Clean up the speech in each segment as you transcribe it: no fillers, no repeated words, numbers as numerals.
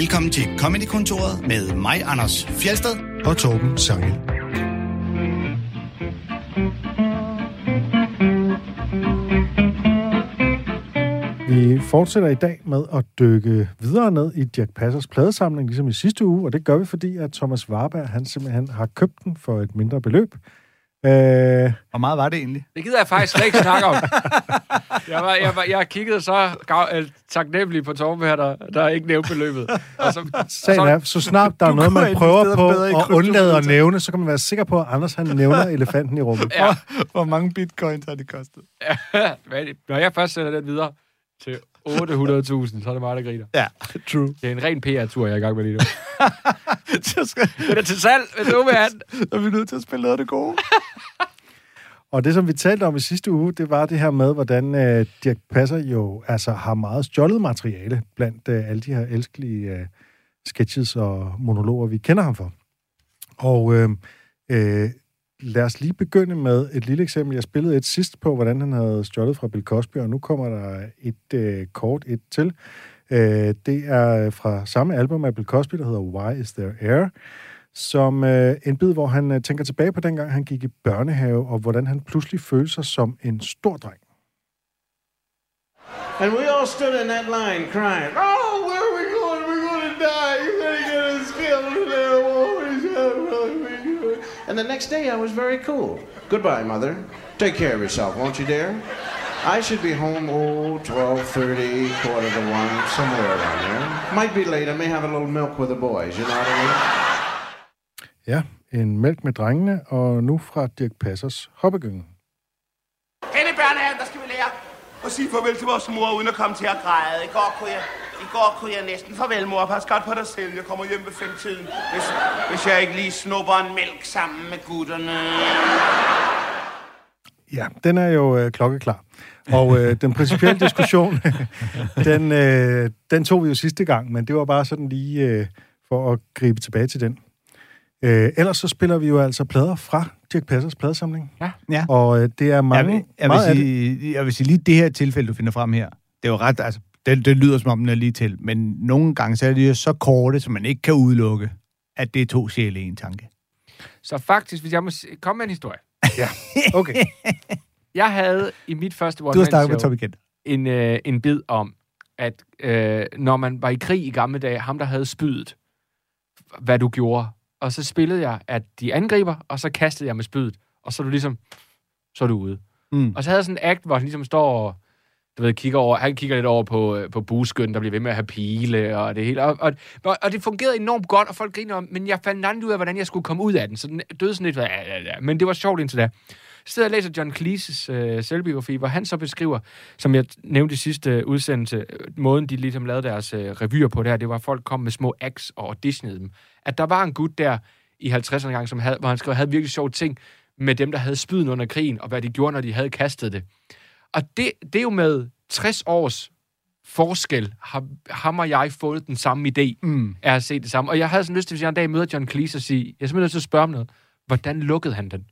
Velkommen til Comedy-kontoret med mig, Anders Fjeldsted og Torben Sangel. Vi fortsætter i dag med at dykke videre ned i Dirch Passers pladesamling, ligesom i sidste uge, og det gør vi, fordi at Thomas Warberg, han simpelthen har købt den for et mindre beløb. Hvor meget var det egentlig? Det gider jeg faktisk slet ikke snakke om. Jeg kiggede så taknemmelig på Torben her, der ikke nævnte beløbet. Sagen er, så snart der er noget, man prøver på at undlade at nævne, så kan man være sikker på, at Anders han nævner elefanten i rummet. Ja. Hvor mange bitcoins har det kostet? Ja, når jeg først sætter den videre til 800.000, så er det meget, der griner. Ja, true. Det er en ren PR-tur, jeg er i gang med lige nu. Det er til salg, hvis du vil have den. Så er vi nødt til at spille noget af det gode. Og det, som vi talte om i sidste uge, det var det her med, hvordan Dirch Passer jo altså har meget stjålet materiale blandt alle de her elskelige sketches og monologer, vi kender ham for. Og lad os lige begynde med et lille eksempel. Jeg spillede et sidst på, hvordan han havde stjålet fra Bill Cosby, og nu kommer der et kort til. Det er fra samme album af Bill Cosby, der hedder Why Is There Air? Som en bid, hvor han tænker tilbage på dengang, han gik i børnehave, og hvordan han pludselig følte sig som en stor dreng. And we all stood in that line crying, oh, where are we going? We're going to die. You're going to get us killed in there. And the next day I was very cool. Goodbye, mother. Take care of yourself, won't you, dear? I should be home, 12:30, 1:45, somewhere around there. Might be late. I may have a little milk with the boys, you know what I mean? Ja, en mælk med drengene, og nu fra Dirch Passers Hoppegyngen. Hen i børnehaven, der skal vi lære at sige farvel til vores mor, uden at komme til at græde. I går kunne jeg næsten farvel, mor. Pas godt på dig selv. Jeg kommer hjem ved 5-tiden, hvis jeg ikke lige snupper en mælk sammen med gutterne. Ja, den er jo klokkeklar. Og den principielle diskussion, den tog vi jo sidste gang, men det var bare sådan lige for at gribe tilbage til den. Ellers så spiller vi jo altså plader fra Dirch Passers pladesamling. Ja. Og det er mange... Jeg vil sige lige det her tilfælde, du finder frem her. Det er jo ret... Altså, det lyder som om, den er lige til. Men nogle gange så er det jo så korte, så man ikke kan udelukke, at det er to sjæle i en tanke. Så faktisk, hvis jeg må komme med en historie. Ja, okay. Jeg havde i mit første one-man-show en bid om, at når man var i krig i gamle dage, ham der havde spydet, hvad du gjorde. Og så spillede jeg, at de angriber, og så kastede jeg med spydet. Og så er du ligesom, så er du ude. Og så havde jeg sådan en act, hvor han ligesom står og, han kigger lidt over på bueskytten, der bliver ved med at have pile og det hele. Og det fungerede enormt godt, og folk griner om, men jeg fandt aldrig ud af, hvordan jeg skulle komme ud af den. Så den døde sådan lidt, men det var sjovt indtil da. Så sidder jeg og læser John Cleese's selvbiografi, hvor han så beskriver, som jeg nævnte i sidste udsendelse, måden de ligesom lavede deres revyer på det var, at folk kom med små acts og auditionede dem. At der var en gut der i 50'erne gang, hvor han skrev, havde virkelig sjove ting med dem, der havde spyden under krigen, og hvad de gjorde, når de havde kastet det. Og det er jo med 60 års forskel, har ham og jeg fået den samme idé, af at se det samme. Og jeg havde sådan lyst til, hvis jeg en dag møder John Cleese og sige, jeg er simpelthen nødt til at spørge om noget. Hvordan lukkede han den?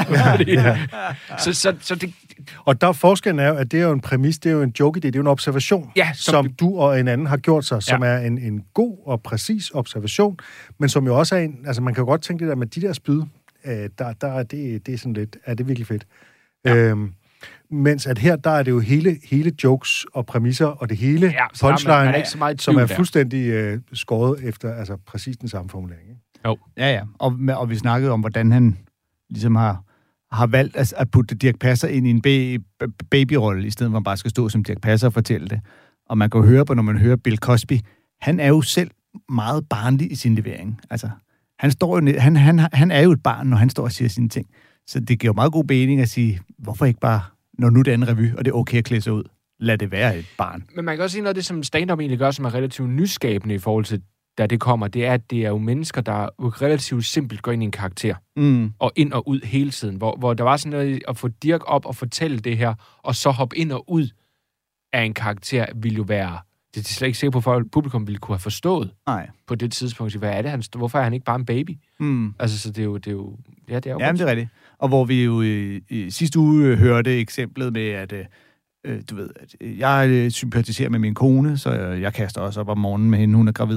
Så det... Og der forskellen er jo, at det er jo en præmis, det er jo en joke-idé, det er jo en observation, som du og en anden har gjort sig, som er en god og præcis observation, men som jo også er en, altså man kan jo godt tænke det der med de der spyd, der er det sådan lidt, er det virkelig fedt. Ja. Mens at her, der er det jo hele jokes og præmisser, og det hele punchline, som er fuldstændig skåret efter altså præcis den samme formulering. Ikke? Jo. Ja. Og vi snakkede om, hvordan han ligesom har valgt at putte Dirch Passer ind i en babyrolle, i stedet for at man bare skal stå som Dirch Passer og fortælle det. Og man kan jo høre på, når man hører Bill Cosby, han er jo selv meget barnlig i sin levering. Altså, han er jo et barn, når han står og siger sine ting. Så det giver jo meget god mening at sige, hvorfor ikke bare, når nu det er en revy, og det er okay at klæde sig ud, lad det være et barn. Men man kan også sige noget af det, som stand-up egentlig gør, som er relativt nyskabende i forhold til, da det kommer, det er, at det er jo mennesker, der relativt simpelt går ind i en karakter. Og ind og ud hele tiden. Hvor der var sådan noget at få Dirch op og fortælle det her, og så hoppe ind og ud af en karakter, ville jo være... Det er slet ikke sikker på, at publikum ville kunne have forstået på det tidspunkt. Hvad er det? Hvorfor er han ikke bare en baby? Altså, så det er jo... Ja, det er jo... Jamen, det er rigtigt. Og hvor vi jo i sidste uge hørte eksemplet med, at du ved, at jeg sympatiserer med min kone, så jeg kaster også op om morgenen med hende, hun er gravid.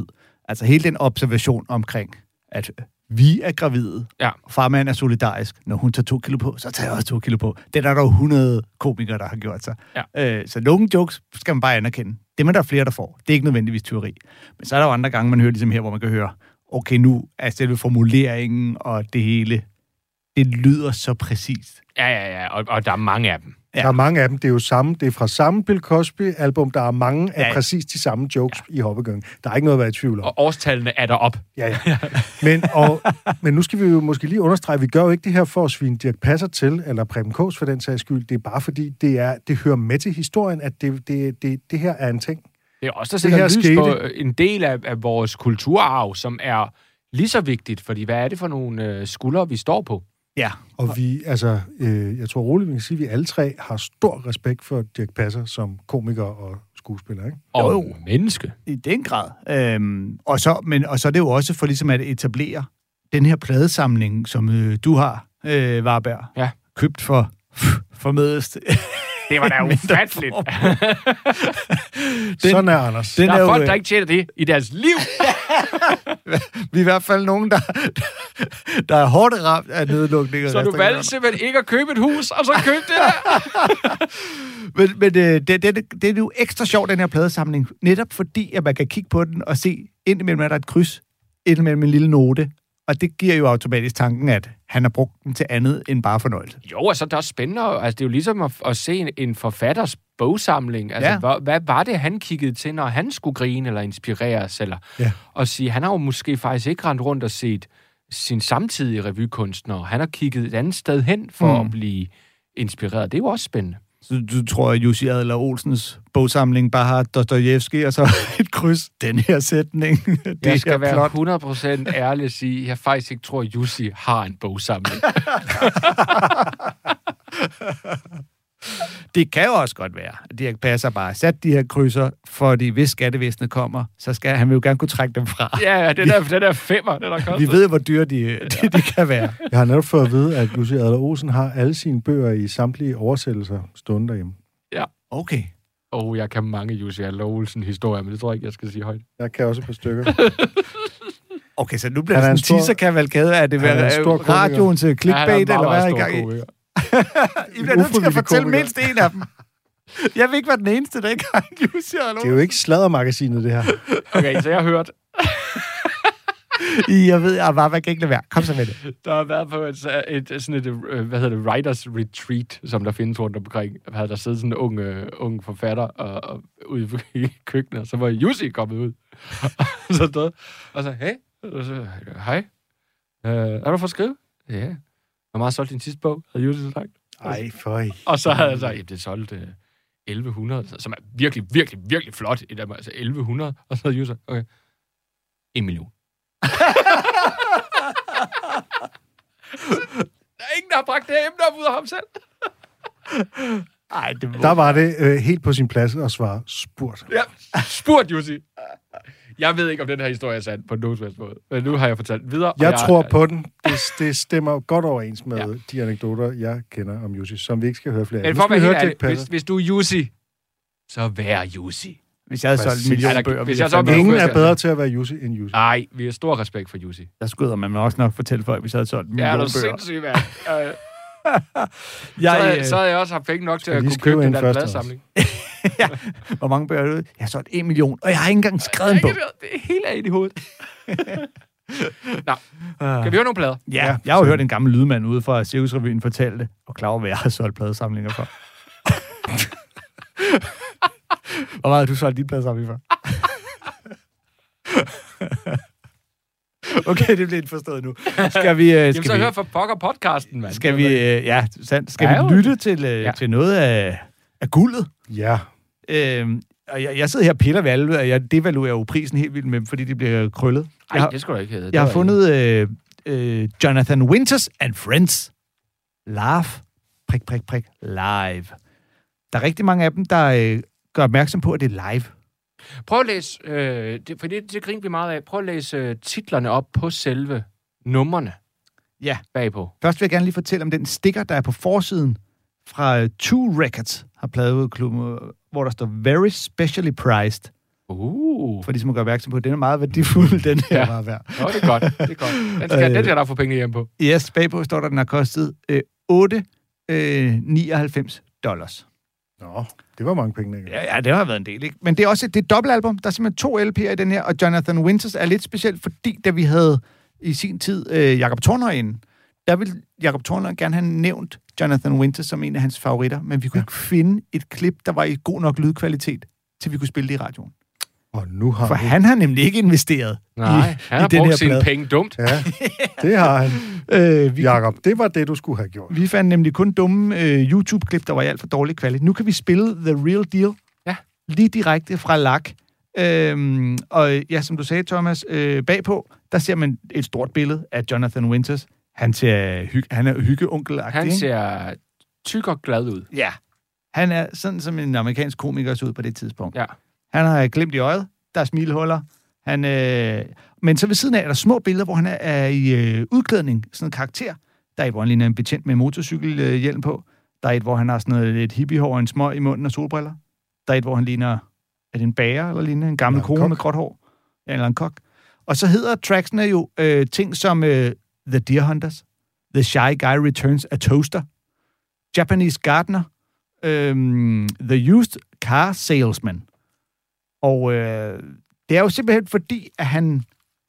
Altså hele den observation omkring, at vi er gravide, og farmand er solidarisk. Når hun tager 2 kilo på, så tager jeg også 2 kilo på. Det er der 100 komikere, der har gjort sig. Ja. Så nogle jokes skal man bare anerkende. Det er der flere, der får. Det er ikke nødvendigvis tyveri. Men så er der jo andre gange, man hører ligesom her, hvor man kan høre, okay, nu er selve formuleringen og det hele, det lyder så præcist. Ja, og der er mange af dem. Ja. Der er mange af dem. Det er jo samme. Det er fra samme Bill Cosby-album. Der er mange af præcis de samme jokes i Hoppegøng. Der er ikke noget at være i tvivl om. Og årstallene er derop. Ja. Men nu skal vi jo måske lige understrege, vi gør jo ikke det her for at svine Dirch Passer til, eller Preben Kaas for den sags skyld. Det er bare fordi, det hører med til historien, at det her er en ting. Det er også, der sætter lys på en del af vores kulturarv, som er lige så vigtigt. Fordi hvad er det for nogle skuldre, vi står på? Ja, og jeg tror roligt, vi kan sige, at vi alle tre har stor respekt for Dirch Passer som komiker og skuespiller, ikke? Og menneske. I den grad. Og så er det jo også for ligesom at etablere den her pladesamling, som du har, Varberg, købt for mødest. Det var da ufatteligt. Sådan er Anders. Der er folk, der ikke tjener det i deres liv. Vi er i hvert fald nogen, der er hårdt ramt af nedlukninger. Så du valgte simpelthen ikke at købe et hus, og så købe det der? men det er jo ekstra sjovt, den her pladesamling. Netop fordi, at man kan kigge på den og se, indimellem er der et kryds, indimellem en lille note. Og det giver jo automatisk tanken, at han har brugt den til andet end bare fornøjelse. Jo, altså det er også spændende. Altså, det er jo ligesom at se en forfatters bogsamling. Altså, hvad var det, han kiggede til, når han skulle grine eller inspireres? Eller, og sige, han har jo måske faktisk ikke rendt rundt og set sin samtidige revykunstner. Han har kigget et andet sted hen for at blive inspireret. Det er jo også spændende. Så du tror, at Jussi Adler Olsens bogsamling bare har Dostojevskij og så et kryds, den her sætning? Jeg skal være 100% ærlig at sige, at jeg faktisk ikke tror, at Jussi har en bogsamling. Det kan jo også godt være, at Dirch Passer bare sat de her krydser, fordi hvis skattevæsenet kommer, så skal han vil jo gerne kunne trække dem fra. Ja, den der femmer, den er kostet. Vi ved, hvor dyre de kan være. Jeg har netop fået at vide, at Jussi Adler Olsen har alle sine bøger i samtlige oversættelser stående derhjemme. Ja. Okay. Jeg kan mange Jussi Adler Olsen-historier, men det tror jeg ikke, jeg skal sige højt. Jeg kan også et par stykker. Okay, så nu bliver det sådan en teaser-kavalkade. Er det radioens clickbait, eller hvad er I gang i? I bliver nødt til at fortælle mindst en af dem. Jeg vil ikke være den eneste, der ikke har en Jussi Adler Olsen. Det er jo ikke sladdermagasinet, det her. Okay, så jeg har hørt... Jeg ved, at man kan ikke lade være. Kom så med det. Der har været på et writers retreat, som der findes rundt omkring. Der sidder sådan en ung forfatter og ude i køkkenet, og så var Jussi kommet ud. Og så stod og så, hey, og så, hej, er du for at skrive? Ja. Hvor meget solgt din sidste bog, havde Jussi sagt. Ej, føj. Og så havde jeg sagt, det solgte 1100, som er virkelig, virkelig, virkelig flot. Altså 1100, og så havde Jussi sagt, okay, 1 million. Der er ingen, der har bragt det her emne op ud af ham selv. Ej, der var det helt på sin plads at svare spurt. Ja, spurt, Jussi. Jeg ved ikke, om den her historie er sand på nogen måde. Men nu har jeg fortalt videre. Jeg tror på den. Det stemmer godt overens med de anekdoter, jeg kender om Jussi, som vi ikke skal høre flere af. Men for at være helt ærlig, hvis du er Jussi, så vær Jussi. Hvis jeg havde solgt 1 million bøger... Ingen er bedre til at være Jussi end Jussi. Nej, vi har stor respekt for Jussi. Der skulle man også nok fortælle folk, hvis jeg havde solgt 1 million bøger. Ja, det er sindssygt, mand. Så havde jeg også haft penge nok til at kunne købe den der pladesamling. Ja. Hvor mange bøger er det? Jeg har solgt 1 million, og jeg har ikke engang skrevet en bog. Det er helt af i hovedet. Nå, kan vi høre nogle plader? Ja, jeg har jo hørt en gammel lydmand ude fra Cirkusrevyen fortælle det, og klar over, hvad jeg har solgt pladesamlinger for. Hvor meget har du solgt din pladesamling for? Okay, det bliver indforstået nu. Skal vi... Jamen, så hør for pokker podcasten, mand. Skal vi... Skal vi lytte til noget af guldet? Ja. Og jeg sidder her og piller ved alle, og jeg devaluerer jo prisen helt vildt med dem, fordi de bliver krøllet. Nej, det skulle du ikke hedde. Jeg har fundet Jonathan Winters and Friends. Laugh. Live. Der er rigtig mange af dem, der gør opmærksom på, at det er live. Prøv at læse, for det griner vi meget af, prøv at læse titlerne op på selve numrene bagpå. Først vil jeg gerne lige fortælle om den sticker, der er på forsiden fra Two Records, har pladeudklubben, hvor der står Very Specially Priced. For ligesom at gøre opmærksom på, at den er meget værdifuld, den her var værd. Nå, det er godt. Det er godt. Den skal der få penge hjem på. Yes, bagpå står der, den har kostet $8,99. Nå, det var mange penge, ikke? Ja, det har været en del, ikke? Men det er også et dobbeltalbum. Der er simpelthen 2 LP'er i den her, og Jonathan Winters er lidt specielt, fordi da vi havde i sin tid Jakob Tornhøj inde, der ville Jakob Tornhøj gerne have nævnt Jonathan Winters som en af hans favoritter, men vi kunne ikke finde et klip, der var i god nok lydkvalitet, til vi kunne spille det i radioen. Og nu har For han har nemlig ikke investeret Nej, han har brugt sine penge dumt. Ja, det har han. Jakob, det var det, du skulle have gjort. Vi fandt nemlig kun dumme YouTube-klip, der var i alt for dårlig kvalitet. Nu kan vi spille The Real Deal. Ja. Lige direkte fra LAC. Og ja, som du sagde, Thomas, bagpå, der ser man et stort billede af Jonathan Winters. Han er hyggeonkel-agtig. Han ser tyk og glad ud. Ja. Han er sådan, som en amerikansk komiker så ud på det tidspunkt. Ja. Han har glimt i øjet. Der er smilehuller. Men så ved siden af er der små billeder, hvor han er i udklædning. Sådan en karakter. Der er et, hvor han ligner en betjent med motorcykelhjelm på. Der er et, hvor han har sådan noget lidt hippiehår og en smøg i munden og solbriller. Der er et, hvor han ligner... Er det en bager, eller ligner en gammel kone med gråt hår? Ja, eller en kok. Og så hedder tracksene jo ting som The Deer Hunters, The Shy Guy Returns a Toaster, Japanese Gardener, The Used Car Salesman. Og det er jo simpelthen fordi, at han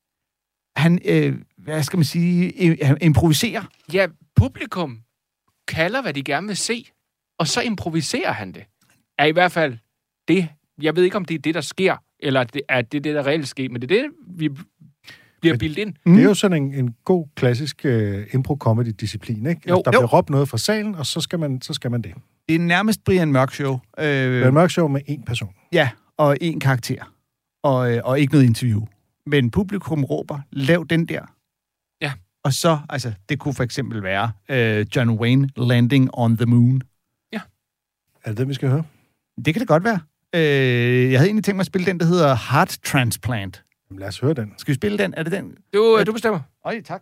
hvad skal man sige, han improviserer. Ja, publikum kalder, hvad de gerne vil se, og så improviserer han det. Er i hvert fald det. Jeg ved ikke, om det er det, der sker, eller er det, der reelt sker, men det er det, vi bliver bildet ind. Det er jo sådan en god, klassisk impro-comedy-disciplin, ikke? Jo. Der bliver råbt noget fra salen, og så skal man det. Det er nærmest Brian Mørk Show. Brian Mørk Show med én person. Ja, og én karakter. Og ikke noget interview. Men publikum råber, lav den der. Ja. Og så, det kunne for eksempel være John Wayne Landing on the Moon. Ja. Er det det, vi skal høre? Det kan det godt være. Jeg havde egentlig tænkt mig at spille den, der hedder Heart Transplant. Jamen, lad os høre den. Skal vi spille den? Er det den? Du bestemmer. Øj, tak.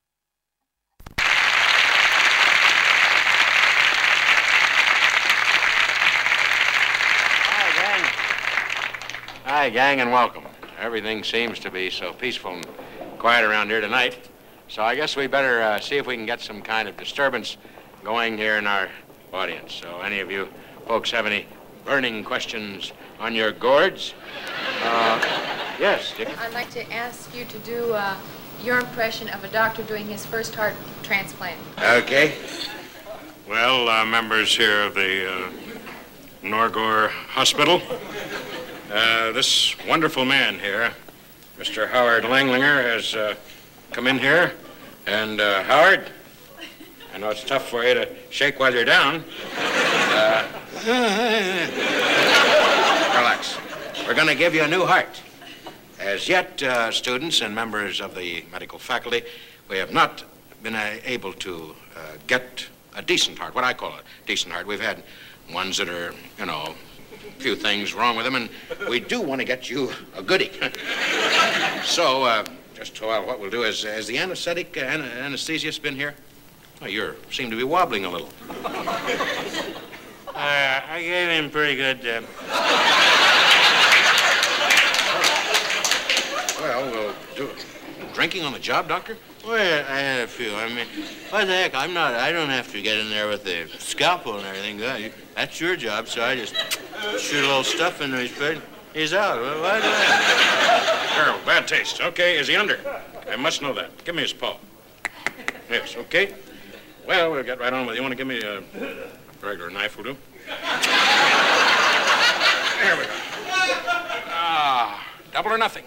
Hi, gang, and welcome. Everything seems to be so peaceful and quiet around here tonight, so I guess we better see if we can get some kind of disturbance going here in our audience. So any of you folks have any burning questions on your gourds? Yes, Dick? I'd like to ask you to do your impression of a doctor doing his first heart transplant. Okay. Well, members here of the Norgore Hospital, this wonderful man here, Mr. Howard Langlinger, has come in here. And Howard, I know it's tough for you to shake while you're down. Relax. We're going to give you a new heart. As yet, students and members of the medical faculty, we have not been able to get a decent heart, what I call a decent heart. We've had ones that are, a few things wrong with them, and we do want to get you a goodie. So, what we'll do is, has the anesthesiast been here? Oh, you seem to be wobbling a little. I gave him pretty good... Well, we'll do it. Drinking on the job, Doctor? Well, I had a few. I mean, what the heck? I don't have to get in there with the scalpel and everything. That's your job, so I just shoot a little stuff into his bed. He's out. Why do that? Terrible. Bad taste. Okay, is he under? I must know that. Give me his paw. Yes, okay. Well, we'll get right on with it. You want to give me a regular knife, will do? There we go. Double or nothing.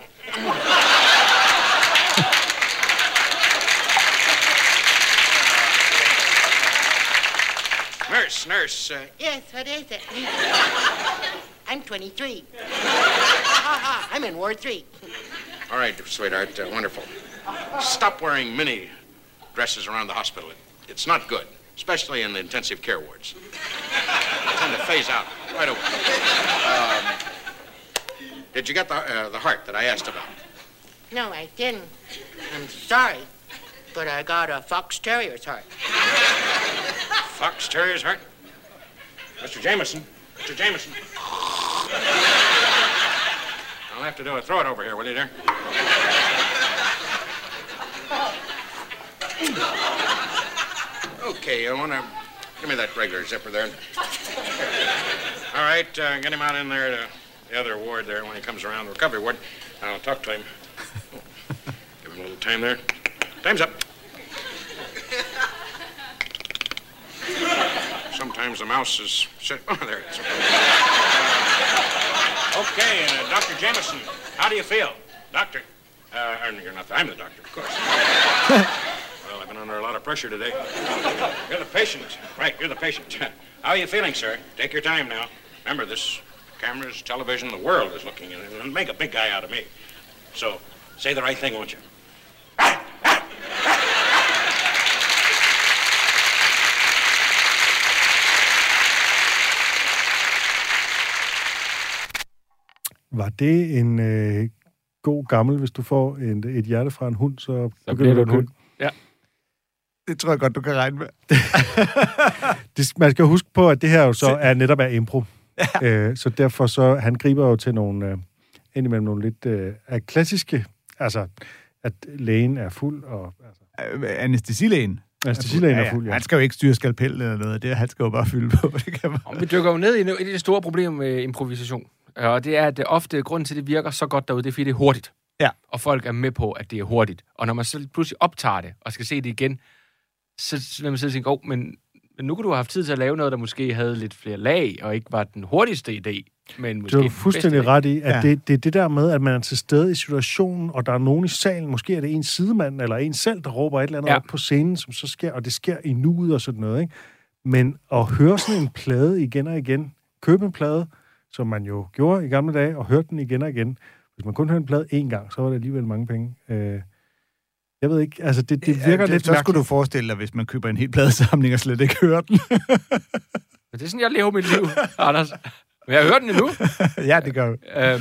Nurse. Yes, what is it? I'm 23. I'm in Ward 3. All right, sweetheart, wonderful. Stop wearing mini dresses around the hospital. It's not good, especially in the intensive care wards. They tend to phase out right away. Did you get the heart that I asked about? No, I didn't. I'm sorry, but I got a Fox Terrier's heart. Fox Terrier's heart? Mr. Jameson. have to do it. Throw it over here, will you, dear? Okay, you want to give me that regular zipper there? All right, get him out in there to the other ward there when he comes around, the recovery ward. I'll talk to him. Give him a little time there. Time's up. Sometimes the mouse is... Oh, there it is. Okay, Dr. Jameson, how do you feel? Doctor? You're not I'm the doctor, of course. Well, I've been under a lot of pressure today. You're the patient. Right, you're the patient. How are you feeling, sir? Take your time now. Remember, this cameras, television, the world is looking at it. And make a big guy out of me. So, say the right thing, won't you? Var det en god gammel, hvis du får et hjerte fra en hund, så bliver du en hund? Ja. Det tror jeg godt, du kan regne med. Man skal huske på, at det her jo så er netop af impro. Ja. Så derfor så, han griber jo til nogle, indimellem nogle lidt af klassiske, altså at lægen er fuld og... Altså. Anæstesilægen. Anæstesilægen er fuld, ja. Han skal jo ikke styre skalpel eller noget, det han skal jo bare fylde på. Det kan man. Vi dykker jo ned i et af de store problemer med improvisation. Og det er, at det ofte grunden til, at det virker så godt derude, det er, fordi det er hurtigt. Ja. Og folk er med på, at det er hurtigt. Og når man så pludselig optager det, og skal se det igen, så vil man sidde og tænke, men nu kunne du have haft tid til at lave noget, der måske havde lidt flere lag, og ikke var den hurtigste idé. Men måske du er fuldstændig ret i, at det er det der med, at man er til stede i situationen, og der er nogen i salen, måske er det en sidemand, eller en selv, der råber et eller andet op på scenen, som så sker, og det sker i nuet og sådan noget, ikke? Men at høre sådan en plade igen og igen, købe en plade, som man jo gjorde i gamle dage, og hørte den igen og igen. Hvis man kun hørte en plade én gang, så var det alligevel mange penge. Jeg ved ikke, altså det virker lidt mærkeligt. Så skulle du forestille dig, hvis man køber en hel pladesamling og slet ikke hører den. Men det er sådan, jeg lever mit liv, Anders. Men jeg hører den endnu. Ja, det gør du.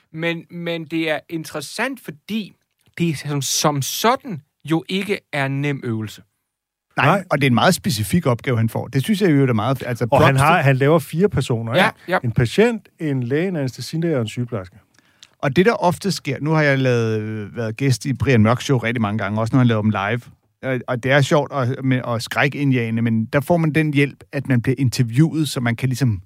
Men det er interessant, fordi det som sådan jo ikke er en nem øvelse. Nej, og det er en meget specifik opgave, han får. Det synes jeg jo er meget... Altså, og han laver 4 personer, ja, ja. En patient, en læge, en anæstesilæge og en sygeplejerske. Og det, der ofte sker... Nu har jeg været gæst i Brian Mørk Show rigtig mange gange, også når han laver dem live. Og det er sjovt og skrækindjagende, men der får man den hjælp, at man bliver interviewet, så man kan ligesom...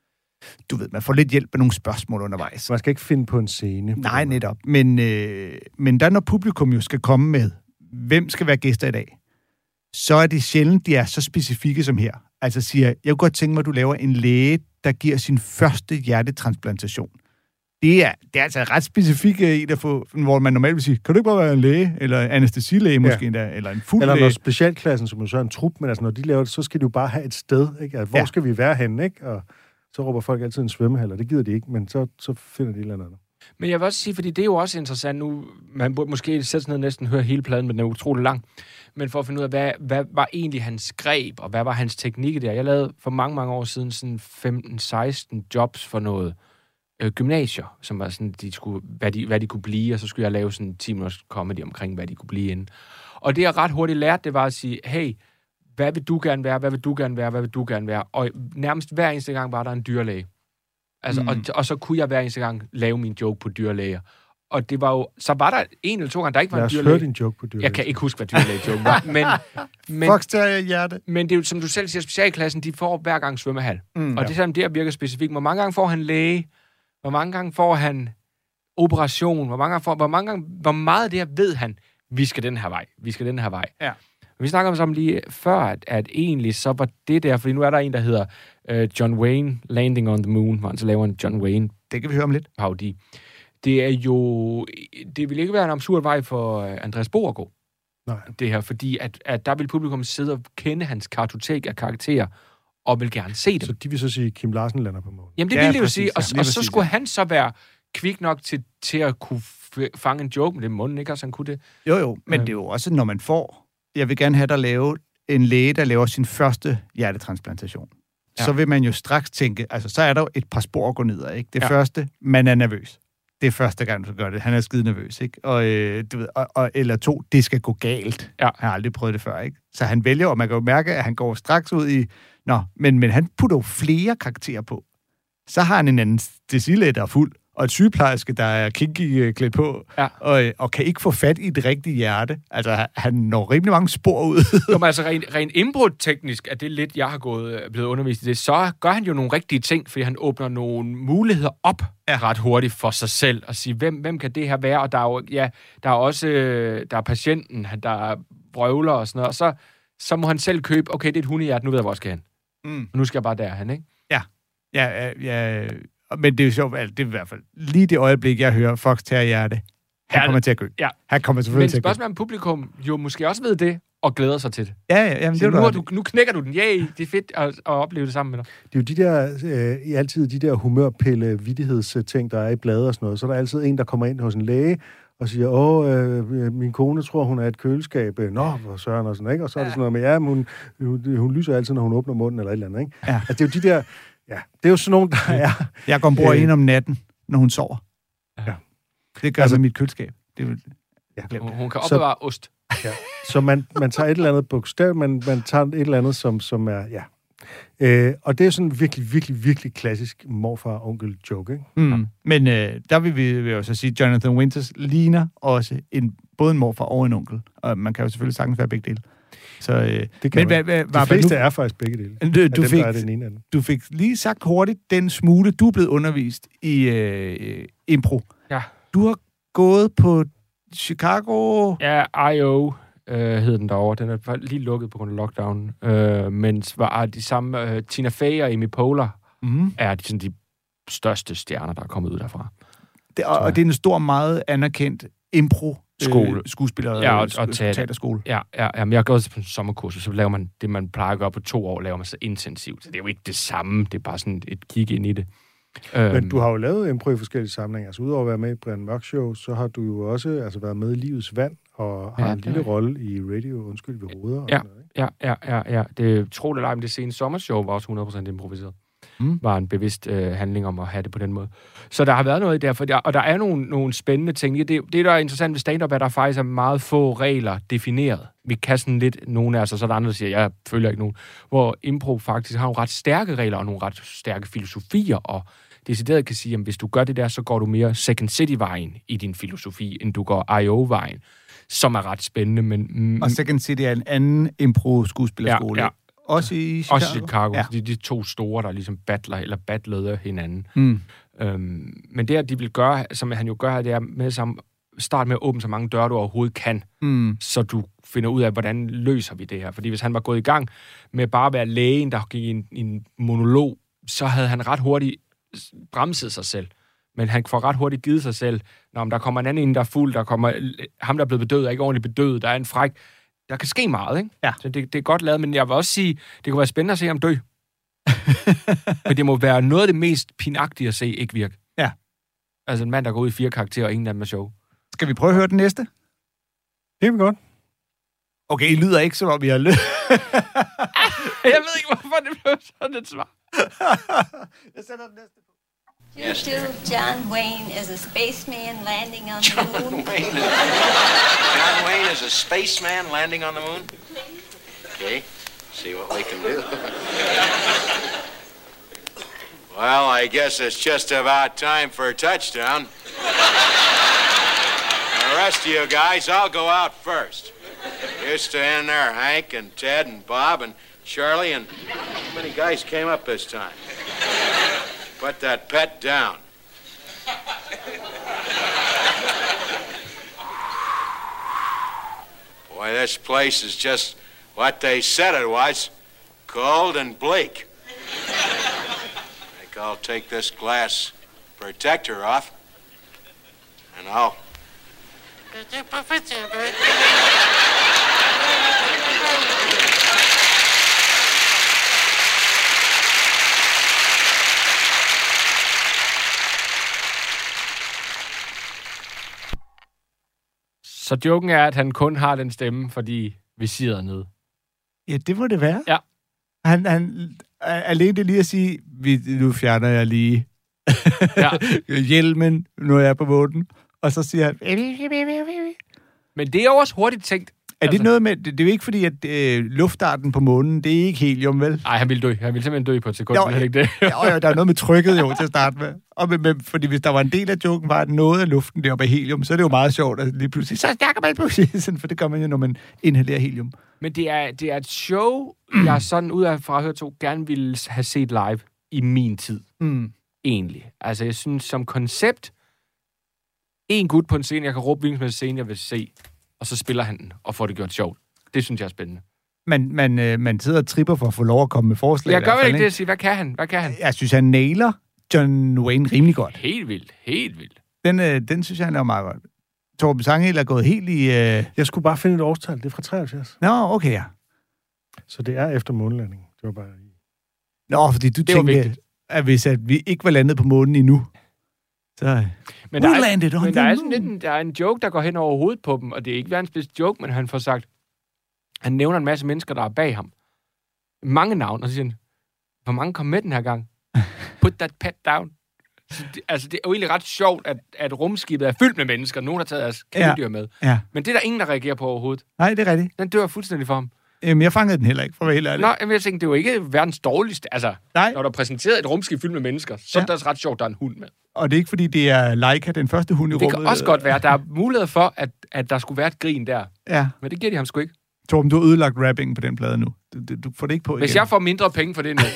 Du ved, man får lidt hjælp med nogle spørgsmål undervejs. Man skal ikke finde på en scene. Nej, netop. Men der, når publikum jo skal komme med, hvem skal være gæster i dag, så er det sjældent, de er så specifikke som her. Altså siger, jeg kunne godt tænke mig, at du laver en læge, der giver sin første hjertetransplantation. Det er altså ret specifikt en, hvor man normalt vil sige, kan du ikke bare være en læge, eller en anæstesilæge måske endda, eller en fuld læge. Eller når specialklassen, som jo så er en trup, men altså når de laver det, så skal de jo bare have et sted, ikke? Altså, hvor skal vi være henne, ikke? Og så råber folk altid en svømmehal, og det gider de ikke, men så finder de et eller andet. Men jeg vil også sige, fordi det er jo også interessant nu, man burde måske sætte sig ned og næsten høre hele pladen, men den er utrolig lang. Men for at finde ud af, hvad var egentlig hans greb, og hvad var hans teknik der? Jeg lavede for mange år siden sådan 15-16 jobs for noget gymnasier, som var sådan, hvad de kunne blive, og så skulle jeg lave sådan 10 minutters comedy omkring, hvad de kunne blive inden. Og det jeg ret hurtigt lærte, det var at sige, hey, hvad vil du gerne være, hvad vil du gerne være, hvad vil du gerne være? Og nærmest hver eneste gang var der en dyrlæge. Altså, og så kunne jeg hver eneste gang lave min joke på dyrlæger. Og det var jo... Så var der 1 eller 2 gange, der ikke var en dyrlæge. Lad os høre din joke på dyrlæge. Jeg kan ikke huske, hvad dyrlæge-joke var. Men det er jo, som du selv siger, specialklassen, de får hver gang svømmehal. Og det er sådan, det virker specifikt. Hvor mange gange får han læge? Hvor mange gange får han operation? Hvor meget af det her ved han? Vi skal den her vej. Ja. Vi snakker om lige før, at egentlig så var det der, fordi nu er der en, der hedder John Wayne Landing on the Moon, hvor han så laver en John Wayne. Det kan vi høre om lidt. Parodi. Det er jo... Det vil ikke være en absurd vej for Andreas Bo at gå. Nej. Det her, fordi at der vil publikum sidde og kende hans kartotek af karakterer, og vil gerne se dem. Så de vil så sige, Kim Larsen lander på månen. Jamen det ville det jo sige, og så skulle han så være kvik nok til at kunne fange en joke, men det munden ikke, også han kunne det. Jo, men det er jo også, når man får... Jeg vil gerne have dig lave en læge, der laver sin første hjertetransplantation. Ja. Så vil man jo straks tænke, altså så er der jo et par spor at gå ned af, ikke? Det første, man er nervøs. Det er første gang, du gør det. Han er skide nervøs, ikke? Og, du ved, eller 2, det skal gå galt. Ja. Han har aldrig prøvet det før, ikke? Så han vælger, og man kan jo mærke, at han går straks ud i... men han putter jo flere karakterer på. Så har han en anden anæstesilæge, der er fuld, og et sygeplejerske, der er kinky klædt på, og kan ikke få fat i det rigtige hjerte. Altså, han når rimelig mange spor ud. Jo, men altså, rent indbrudteknisk er det lidt, jeg har blevet undervist i det. Så gør han jo nogle rigtige ting, fordi han åbner nogle muligheder op ret hurtigt for sig selv, og siger, hvem kan det her være? Og der er jo, der er også der er patienten, der vrøvler og sådan noget, og så må han selv købe, okay, det er et hundehjerte, nu ved jeg, hvor jeg skal hen. Nu skal jeg bare derhen, ikke? Ja. Men det er jo sjovt, det er i hvert fald lige det øjeblik, jeg hører Fox Terrier-hjerte. Han kommer til at købe. Ja. Han kommer selvfølgelig til at købe. Men spørgsmålet om publikum jo måske også ved det, og glæder sig til det. Ja, men det nu knækker du den. Yay, det er fedt at opleve det sammen med dig. Det er jo de der, altid de der humørpille-vittighedsting, der er i blade og sådan noget. Så er der altid en, der kommer ind hos en læge, og siger, min kone tror, hun er et køleskab. Nå, hvor søren og sådan, ikke? Og så er det sådan noget med, hun lyser altid, når hun åbner munden eller et eller andet, ikke? Ja. Altså, det er jo de der, det er jo sådan nogen, der er... Jeg går ombord ind om natten, når hun sover. Ja. Det gør altså mit køleskab. Hun kan opbevare ost. Ja. Så man tager et eller andet bogstav, man tager et eller andet, som er... Ja. Og det er sådan en virkelig, virkelig, virkelig klassisk morfar-onkel-joke, ikke? Men der vil vi jo så sige, at Jonathan Winters ligner også både en morfar og en onkel. Og man kan jo selvfølgelig sagtens være begge dele. Så, det kan de fleste er faktisk begge dele. Du fik lige sagt hurtigt den smule, du er blevet undervist i impro. Ja. Du har gået på Chicago... Ja, I.O. hed den derovre. Den er lige lukket på grund af lockdown. Mens var de samme... Tina Fey og Amy Poehler er de største stjerner, der er kommet ud derfra. Og det er en stor, meget anerkendt impro skuespiller og teaterskole. Ja, men jeg har gået på en sommerkursus, så laver man det, man plejer at gøre på 2 år, laver man så intensivt. Så det er jo ikke det samme, det er bare sådan et kig ind i det. Men du har jo lavet impro i forskellige sammenhænge. Altså udover at være med i Brian Mørk Show, så har du jo også været med i Livets Vand, og har en lille rolle i Radio Undskyld ved Ruder. Og sådan noget, ja. Det er utroligt lejt, men det seneste sommershow var også 100% improviseret. Var en bevidst handling om at have det på den måde. Så der har været noget der, og der er nogle spændende ting. Det, der er interessant ved stand-up, er, der faktisk er meget få regler defineret. Vi kan sådan lidt nogle af os, og så er der andre, der siger, jeg følger ikke nogen. Hvor impro faktisk har nogle ret stærke regler, og nogle ret stærke filosofier, og decideret kan sige, at hvis du gør det der, så går du mere Second City-vejen i din filosofi, end du går I.O.-vejen, som er ret spændende. Men, og Second City er en anden impro-skuespillerskole. Ja. Også i Chicago? Også i Chicago. Ja. De 2 store, der ligesom battlede hinanden. Men det, de vil gøre, som han jo gør, det er med start med at åbne så mange døre, du overhovedet kan, så du finder ud af, hvordan løser vi det her. Fordi hvis han var gået i gang med bare at være lægen, der gik i en monolog, så havde han ret hurtigt bremset sig selv. Men han får ret hurtigt givet sig selv, når der kommer en anden, der er fuld, der kommer ham, der er blevet bedøvet, er ikke ordentligt bedøvet, der er en fræk. Der kan ske meget, ikke? Ja. Så det er godt lavet, men jeg vil også sige, det kunne være spændende at se ham dø. Men det må være noget af det mest pinagtige at se ikke virke. Ja. Altså en mand, der går ud i 4 karakterer, og ingen af dem er sjov. Skal vi prøve at høre den næste? Det er vi godt. Okay, I lyder ikke, som om vi har lyst. Jeg ved ikke, hvorfor det blev sådan et svar. Jeg sætter den næste på. Yes. John Wayne is a spaceman landing on the moon. John Wayne is a spaceman landing on the moon? Okay, see what we can do. Well, I guess it's just about time for a touchdown. The rest of you guys, I'll go out first. You stand there, Hank and Ted and Bob and Charlie, and how many guys came up this time? Put that pet down. Boy, this place is just what they said it was. Cold and bleak. I think I'll take this glass protector off, and I'll... Så joken er, at han kun har den stemme, fordi vi sidder nede. Ja, det må det være. Ja. Han alene lige at sige, nu fjerner jeg lige hjelmen, når jeg er på våden. Og så siger han... Men det er jo også hurtigt tænkt. Er det noget med... Det er jo ikke fordi, at luftarten på månen, det er ikke helium, vel? Nej, han ville dø. Han ville simpelthen dø på et sekund. Jo, ikke det? jo, der er noget med trykket jo til at starte med. Og fordi hvis der var en del af joken, var at noget af luften deroppe af helium, så er det jo meget sjovt at lige pludselig... Så snakker man pludselig, for det gør man jo, når man inhalerer helium. Men det er et show, jeg sådan ud af fra at høre to gerne ville have set live i min tid. Egentlig. Altså, jeg synes som koncept, en gut på en scene, jeg kan råbe hvilken scene, jeg vil se, og så spiller han den, og får det gjort sjovt. Det synes jeg er spændende. Man sidder og tripper for at få lov at komme med forslag. Jeg gør vel ikke det at sige, hvad kan han? Jeg synes, han nailer John Wayne rimelig godt. Helt vildt. Den synes jeg, han er meget godt. Torben Sangel er gået helt i... Jeg skulle bare finde et årstal. Det er fra 73. Nå, okay, ja. Så det er efter månelandingen. Det var bare... Nå, fordi du tænkte, at hvis vi ikke var landet på månen endnu, så... Men der er sådan lidt der er en joke, der går hen over hovedet på dem, og det er ikke verdens bedste joke, men han får sagt, han nævner en masse mennesker, der er bag ham. Mange navn, og så siger han, hvor mange kom med den her gang? Put that pet down. Det er jo egentlig ret sjovt, at rumskibet er fyldt med mennesker. Nogen har taget deres kæledyr med. Ja. Men det er der ingen, der reagerer på overhovedet. Nej, det er rigtigt. Den dør fuldstændig for ham. Jeg fangede den heller ikke, for at være helt ærlig. Nå, jeg tænkte, det er jo ikke verdens dårligste. Altså, nej. Når der er præsenteret et rumskib fyldt med mennesker, så er det også ret sjovt, der er en hund med. Og det er ikke, fordi det er Leica, den første hund i rummet. Det kan også godt være. Der er mulighed for, at der skulle være et grin der. Ja. Men det giver de ham sgu ikke. Torben, du har ødelagt rappingen på den plade nu. Du får det ikke på igen. Hvis jeg får mindre penge for det nu...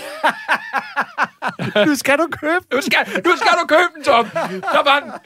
Nu skal du købe den. Nu skal du købe den, Tom. Så var den.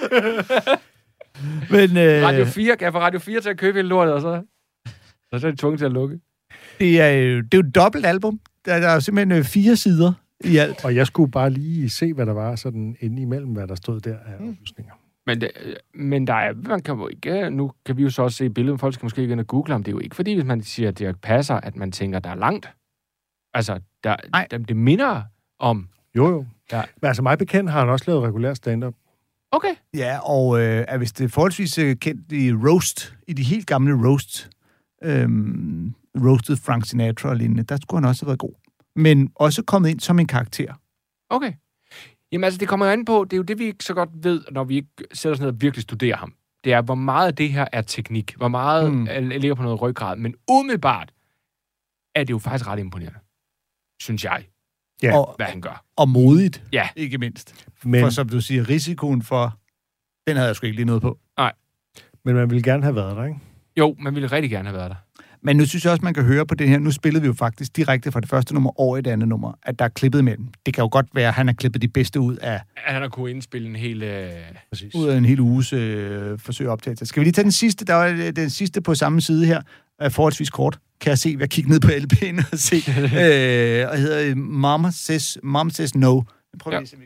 Men, Radio 4, kan jeg få Radio 4 til at købe hele lortet, og så er det tvunget til at lukke. Det er jo et dobbelt album. Der er jo simpelthen 4 sider i alt. Og jeg skulle bare lige se, hvad der var sådan inde imellem, hvad der stod der af oplysninger. Men der er, man kan jo ikke, nu kan vi jo så også se billedet, folk skal måske ikke ind og google ham, det er jo ikke fordi, hvis man siger, at det passer, at man tænker, der er langt. Altså, det minder om... Jo. Ja. Men altså mig bekendt har han også lavet regulær stand-up. Okay. Ja, og hvis det er forholdsvis kendt i roast, i de helt gamle roast, roasted Frank Sinatra og lignende, der skulle han også have været god. Men også kommet ind som en karakter. Okay. Jamen altså, det kommer jo an på, det er jo det, vi ikke så godt ved, når vi ikke sætter sådan noget og virkelig studerer ham. Det er, hvor meget af det her er teknik. Hvor meget ligger på noget ryggrad. Men umiddelbart er det jo faktisk ret imponerende. Synes jeg. Ja. Hvad han gør. Og modigt. Ja. Ikke mindst. Men, for som du siger, risikoen for, den havde jeg sgu ikke lige noget på. Nej. Men man ville gerne have været der, ikke? Jo, man ville rigtig gerne have været der. Men nu synes jeg også, man kan høre på det her. Nu spillede vi jo faktisk direkte fra det første nummer over i det andet nummer, at der er klippet med dem. Det kan jo godt være, at han har klippet de bedste ud af... At han har kunnet indspille en hel... Ud af en hel uges forsøg optagelse. Skal vi lige tage den sidste? Der var den sidste på samme side her. Forholdsvis kort. Kan jeg se, hvad jeg kigger ned på LP'en og se. Og hedder Mom Says No. Prøv lige at se,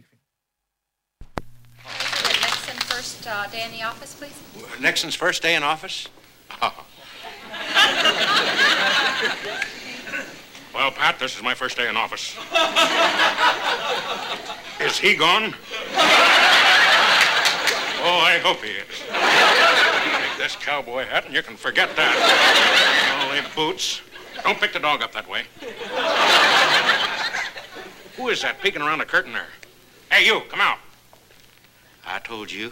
Nixon's first day in the office, please. Nixon's first day in office? Well, Pat, this is my first day in office. Is he gone? Oh, I hope he is. Take this cowboy hat and you can forget that. All them boots. Don't pick the dog up that way. Who is that peeking around the curtain there? Hey, you, come out. I told you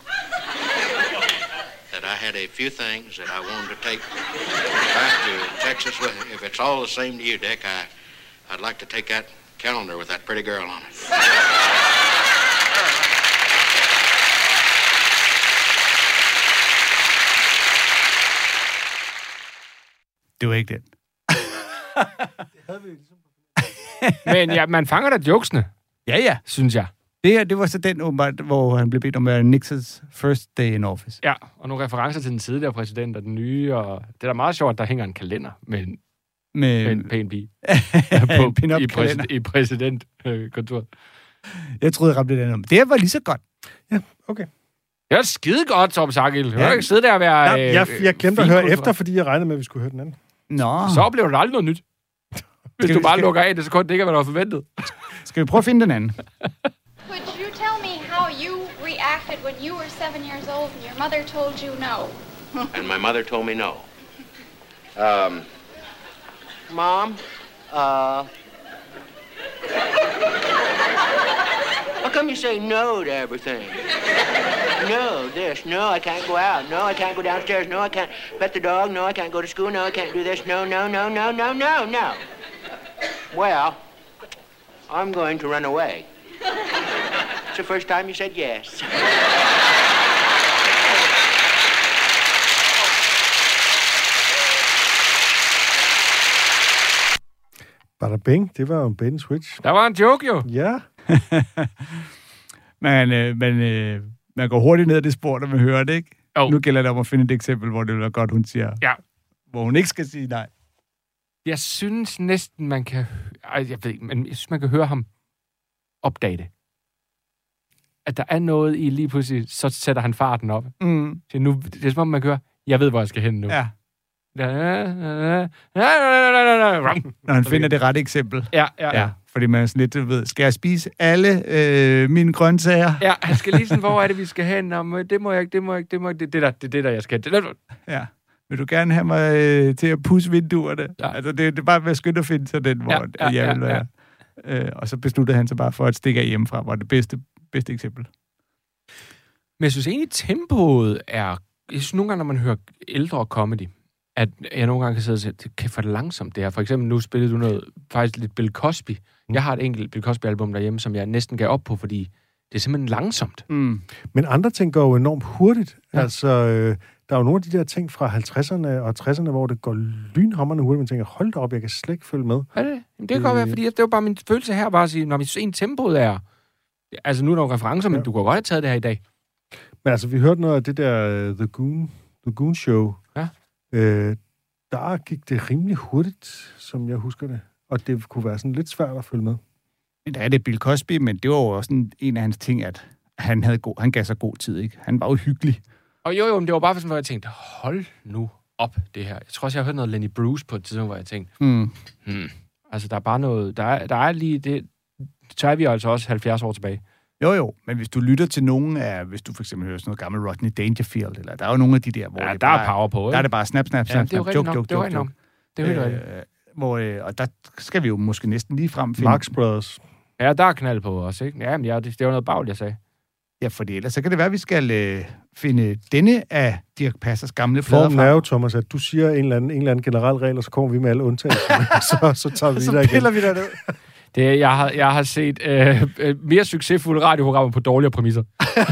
that I had a few things that I wanted to take back to Texas with. If it's all the same to you, Dick, I'd like to take that calendar with that pretty girl on it. Det var ikke det. Men ja, man fanger da jokesene. Ja. Synes jeg. Det her, det var så den, hvor han blev bedt om at Nixon's first day in office. Ja, og nogle referencer til den tidligere præsident og den nye, og det er da meget sjovt, at der hænger en kalender med en pæn pige i præsidentkontoret. Jeg troede, jeg ramte det andet. Det var lige så godt. Ja, okay. Det var skide godt, Tom Sagil. Hør ikke sidde der og være... Jeg glemte at høre efter, fordi jeg regnede med, at vi skulle høre den anden. Nå. Så oplever du aldrig noget nyt. Hvis du bare lukker af det, så kunne det ikke være noget forventet. Skal vi prøve at finde den anden? Could you tell me how you reacted when you were 7 years old and your mother told you no? And my mother told me no. Mom, how come you say no to everything? No, this. No, I can't go out. No, I can't go downstairs. No, I can't pet the dog. No, I can't go to school. No, I can't do this. No, no, no, no, no, no, no. Well, I'm going to run away. It's the first time you said yes. Bada bing, det var jo en bait and switch. Der var en joke jo. Ja. Man går hurtigt ned ad det spor, når man hører det, ikke? Jo. Nu gælder det om at finde et eksempel, hvor det er godt, hun siger, Ja. hvor hun ikke skal sige nej. Jeg synes næsten, man kan... jeg ved ikke, men jeg synes, man kan høre ham opdage det. At der er noget i lige pludselig, så sætter han farten op. Mm. Så nu, det er som om, man kører, jeg ved, hvor jeg skal hen nu. Ja. Når han finder det rette eksempel. Ja. Fordi man er sådan lidt, ved, skal jeg spise alle mine grøntsager? Ja, han skal lige sådan, hvor er det, vi skal hen? Nå, det må jeg ikke. Det er det, der, jeg skal hen. Ja. Vil du gerne have mig til at pusse vinduerne? Ja. Altså, det er bare at skynde at finde sig den, hvor jeg vil være. Og så besluttede han sig bare for at stikke af hjemmefra, hvor det bedste eksempel. Men jeg synes egentlig, tempoet er... Jeg synes nogle gange, når man hører ældre comedy, at jeg nogle gange kan sidde og sige, det kan for langsomt det her. For eksempel, nu spillede du noget, faktisk lidt Bill Cosby. Jeg har et enkelt Bill Cosby-album derhjemme, som jeg næsten gav op på, fordi det er simpelthen langsomt. Mm. Men andre ting går jo enormt hurtigt. Ja. Altså, der er jo nogle af de der ting fra 50'erne og 60'erne, hvor det går lynhamrende hurtigt, man tænker, hold da op, jeg kan slet ikke følge med. Er det? Jamen, det kan godt være, fordi det var bare min følelse her, bare at sige, når vi synes, tempoet er... Altså, nu er der nogle referencer, men du kan godt have taget det her i dag. Men altså, vi hørte noget af det der The Goon Show. Ja. Der gik det rimelig hurtigt, som jeg husker det. Og det kunne være sådan lidt svært at følge med. Men der er det Bill Cosby, men det var jo også en af hans ting, at han gav sig god tid, ikke? Han var jo hyggelig. Og jo, men det var bare sådan, hvor jeg tænkte, hold nu op det her. Jeg tror også, jeg har hørt noget Lenny Bruce på et tidspunkt, hvor jeg tænkte, altså der er bare noget, der er lige det, så er vi altså også 70 år tilbage. Jo, men hvis du lytter til nogen af, hvis du for eksempel hører sådan noget gammel Rodney Dangerfield, eller der er jo nogle af de der, hvor ja, det der er power på, ikke? Der er det bare snap, joke. Det er joke. Og der skal vi jo måske næsten lige frem finde... Marx Brothers. Ja, der er knald på os, ikke? Ja, men det var noget bagl, jeg sagde. Ja, fordi ellers så kan det være, at vi skal finde denne af Dirch Passers gamle plader frem. Formen er jo, Thomas, at du siger en eller anden generel regel, og så kommer vi med alle undtagelser, så tager vi det der igen. Så piller vi der ned. Jeg har set mere succesfulde radioprogrammer på dårligere præmisser.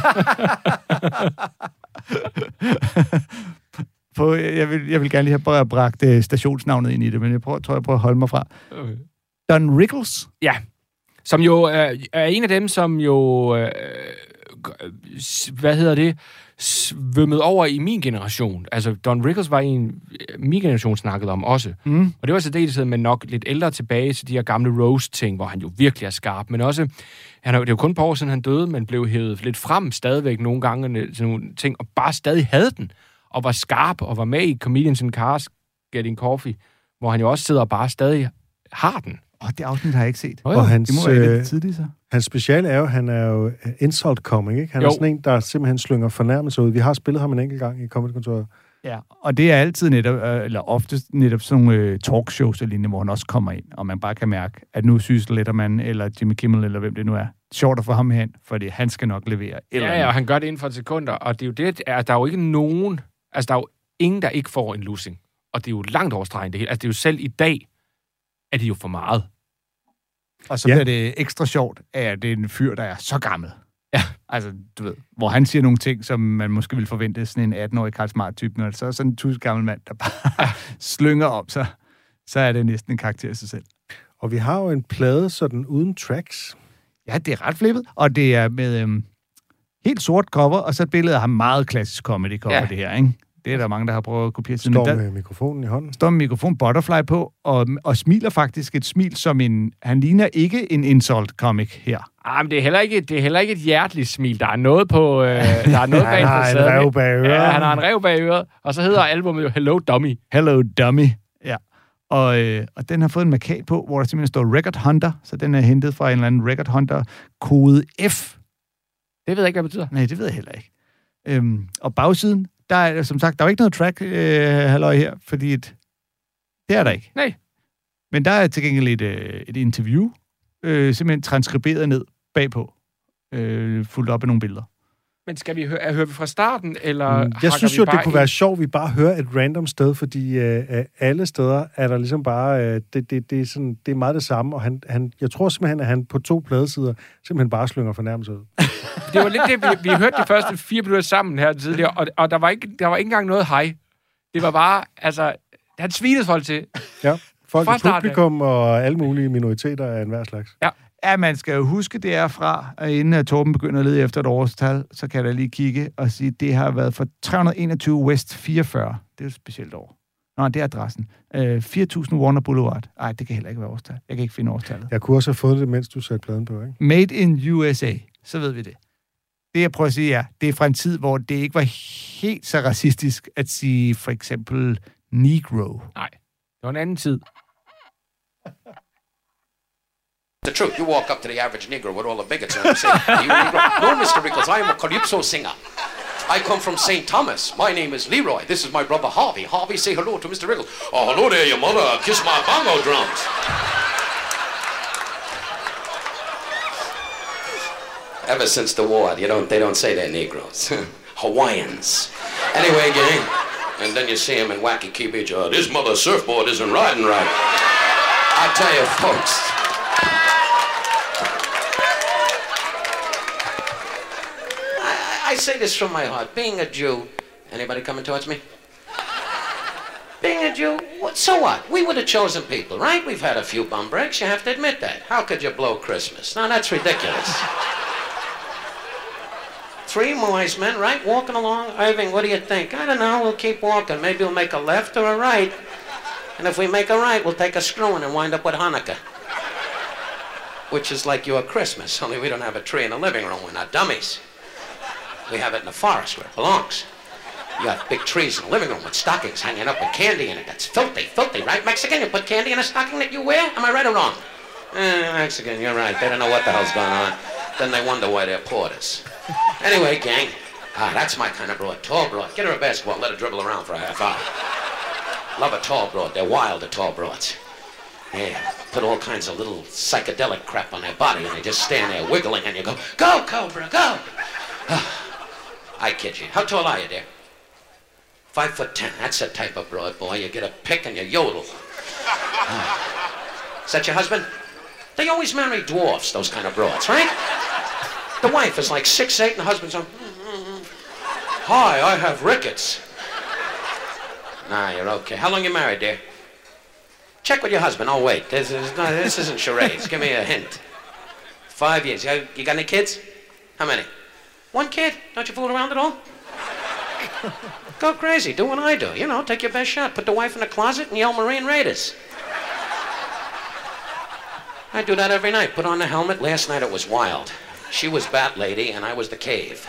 Jeg vil gerne lige have bragt stationsnavnet ind i det, men jeg tror jeg prøver at holde mig fra. Okay. Don Rickles? Ja, som jo er en af dem, som jo... svømmede over i min generation. Altså, Don Rickles var en, min generation snakkede om også. Mm. Og det var så det, med nok lidt ældre tilbage til de her gamle roast-ting, hvor han jo virkelig er skarp. Men også, det er jo kun et par år siden, han døde, men blev hævet lidt frem stadigvæk nogle gange til nogle ting, og bare stadig havde den, og var skarp, og var med i Comedians in Cars, Getting Coffee, hvor han jo også sidder og bare stadig har den. Det afsnit har jeg ikke set. Og hans, det må være lidt tidligt, så. Hans speciale er jo, han er jo insult comic, ikke? Han er sådan en, der simpelthen slynger fornærmelser ud. Vi har spillet ham en enkelt gang i Comedy-kontoret. Ja, og det er altid netop, eller oftest netop sådan nogle talkshows eller lignende, hvor han også kommer ind, og man bare kan mærke, at nu synes Letterman eller Jimmy Kimmel, eller hvem det nu er, sjovt at få ham hen, fordi han skal nok levere. Ja, og han gør det inden for et sekunder, og det er jo det, at der er jo ikke nogen, altså der er jo ingen, der ikke får en losing. Og det er jo langt overstregende det hele. Altså det er jo selv i dag, er det jo for meget. Og så bliver det ekstra sjovt, at det er en fyr, der er så gammel. Ja. Altså, du ved, hvor han siger nogle ting, som man måske ville forvente sådan en 18-årig Karl Smart-type, når så er sådan en tusind gammel mand, der bare slynger om sig, så er det næsten en karakter i sig selv. Og vi har jo en plade sådan uden tracks. Ja, det er ret flippet, og det er med helt sort cover, og så et billede af ham meget klassisk comedy cover, det her, ikke? Det er der mange, der har prøvet at kopiere. Står med mikrofonen i hånden. Står med mikrofon, butterfly på, og smiler faktisk et smil som en... Han ligner ikke en insult comic her. Men det er heller ikke et hjerteligt smil. Der er noget på... der er noget bag facaden. Han har en rev bag øret. Ja, han har en rev bag øret. Og så hedder albumet jo Hello Dummy. Hello Dummy, ja. Og den har fået en markat på, hvor der simpelthen står Record Hunter, så den er hentet fra en eller anden Record Hunter kode F. Det ved jeg ikke, hvad det betyder. Nej, det ved jeg heller ikke. Og bagsiden, der er som sagt, der er ikke noget track halløj her, fordi det er der ikke. Nej. Men der er til gengæld et interview, simpelthen transkriberet ned bagpå, fuldt op af nogle billeder. Men skal vi høre vi fra starten, eller jeg synes jo, det kunne være sjovt, vi bare hører et random sted, fordi alle steder er der ligesom bare... det er meget det samme, og jeg tror simpelthen, at han på 2 pladesider simpelthen bare slynger fornærmelser ud. Det var lidt det, vi hørte de første 4 minutter sammen her tidligere, og der var ikke engang noget hej. Det var bare, altså... Han svinede folk til. Ja, folk i publikum og alle mulige minoriteter af enhver slags. Ja. Ja, man skal jo huske, det er fra, inden Torben begynder at lede efter et årstal, så kan jeg lige kigge og sige, det har været for 321 West 44. Det er jo et specielt år. Nå, det er adressen. 4.000 Warner Boulevard. Ej, det kan heller ikke være årstal. Jeg kan ikke finde årstallet. Jeg kunne også have fået det, mens du satte pladen på, ikke? Made in USA. Så ved vi det. Det, jeg prøver at sige, det er fra en tid, hvor det ikke var helt så racistisk at sige for eksempel Negro. Nej, det var en anden tid. The truth, you walk up to the average Negro with all the bigots and say, are you Negro? No, Mr. Rickles, I am a calypso singer. I come from St. Thomas. My name is Leroy. This is my brother Harvey. Harvey, say hello to Mr. Rickles. Oh, hello there, your mother. Kiss my bongo drums. Ever since the war, they don't say they're Negroes. Hawaiians. Anyway, gang, and then you see him in wacky keepage. This mother's surfboard isn't riding right. I tell you, folks. I say this from my heart. Being a Jew, anybody coming towards me? Being a Jew, so what? We would have chosen people, right? We've had a few bum breaks, you have to admit that. How could you blow Christmas? Now, that's ridiculous. 3 wise men, right, walking along. Irving, what do you think? I don't know, we'll keep walking. Maybe we'll make a left or a right. And if we make a right, we'll take a screwing and wind up with Hanukkah. Which is like your Christmas, only we don't have a tree in the living room. We're not dummies. We have it in the forest where it belongs. You got big trees in the living room with stockings hanging up with candy in it. That's filthy, filthy, right, Mexican? You put candy in a stocking that you wear? Am I right or wrong? Mexican, you're right. They don't know what the hell's going on. Then they wonder why they're porters. Anyway, gang, that's my kind of broad. Tall broad. Get her a basketball and let her dribble around for a half hour. Love a tall broad. They're wild, the tall broads. Yeah, put all kinds of little psychedelic crap on their body and they just stand there wiggling and you go, go, Cobra, go! I kid you. How tall are you, dear? 5'10". That's the type of broad boy. You get a pick and you yodel. Is that your husband? They always marry dwarfs, those kind of broads, right? The wife is like 6'8", and the husband's on. Hi, I have rickets. Nah, you're okay. How long you married, dear? Check with your husband. Oh, wait. This isn't charades. Give me a hint. 5 years. You got any kids? How many? 1 kid? Don't you fool around at all? Go crazy. Do what I do. You know, take your best shot. Put the wife in the closet and yell Marine Raiders. I do that every night. Put on the helmet. Last night it was wild. She was Bat Lady and I was the Cave.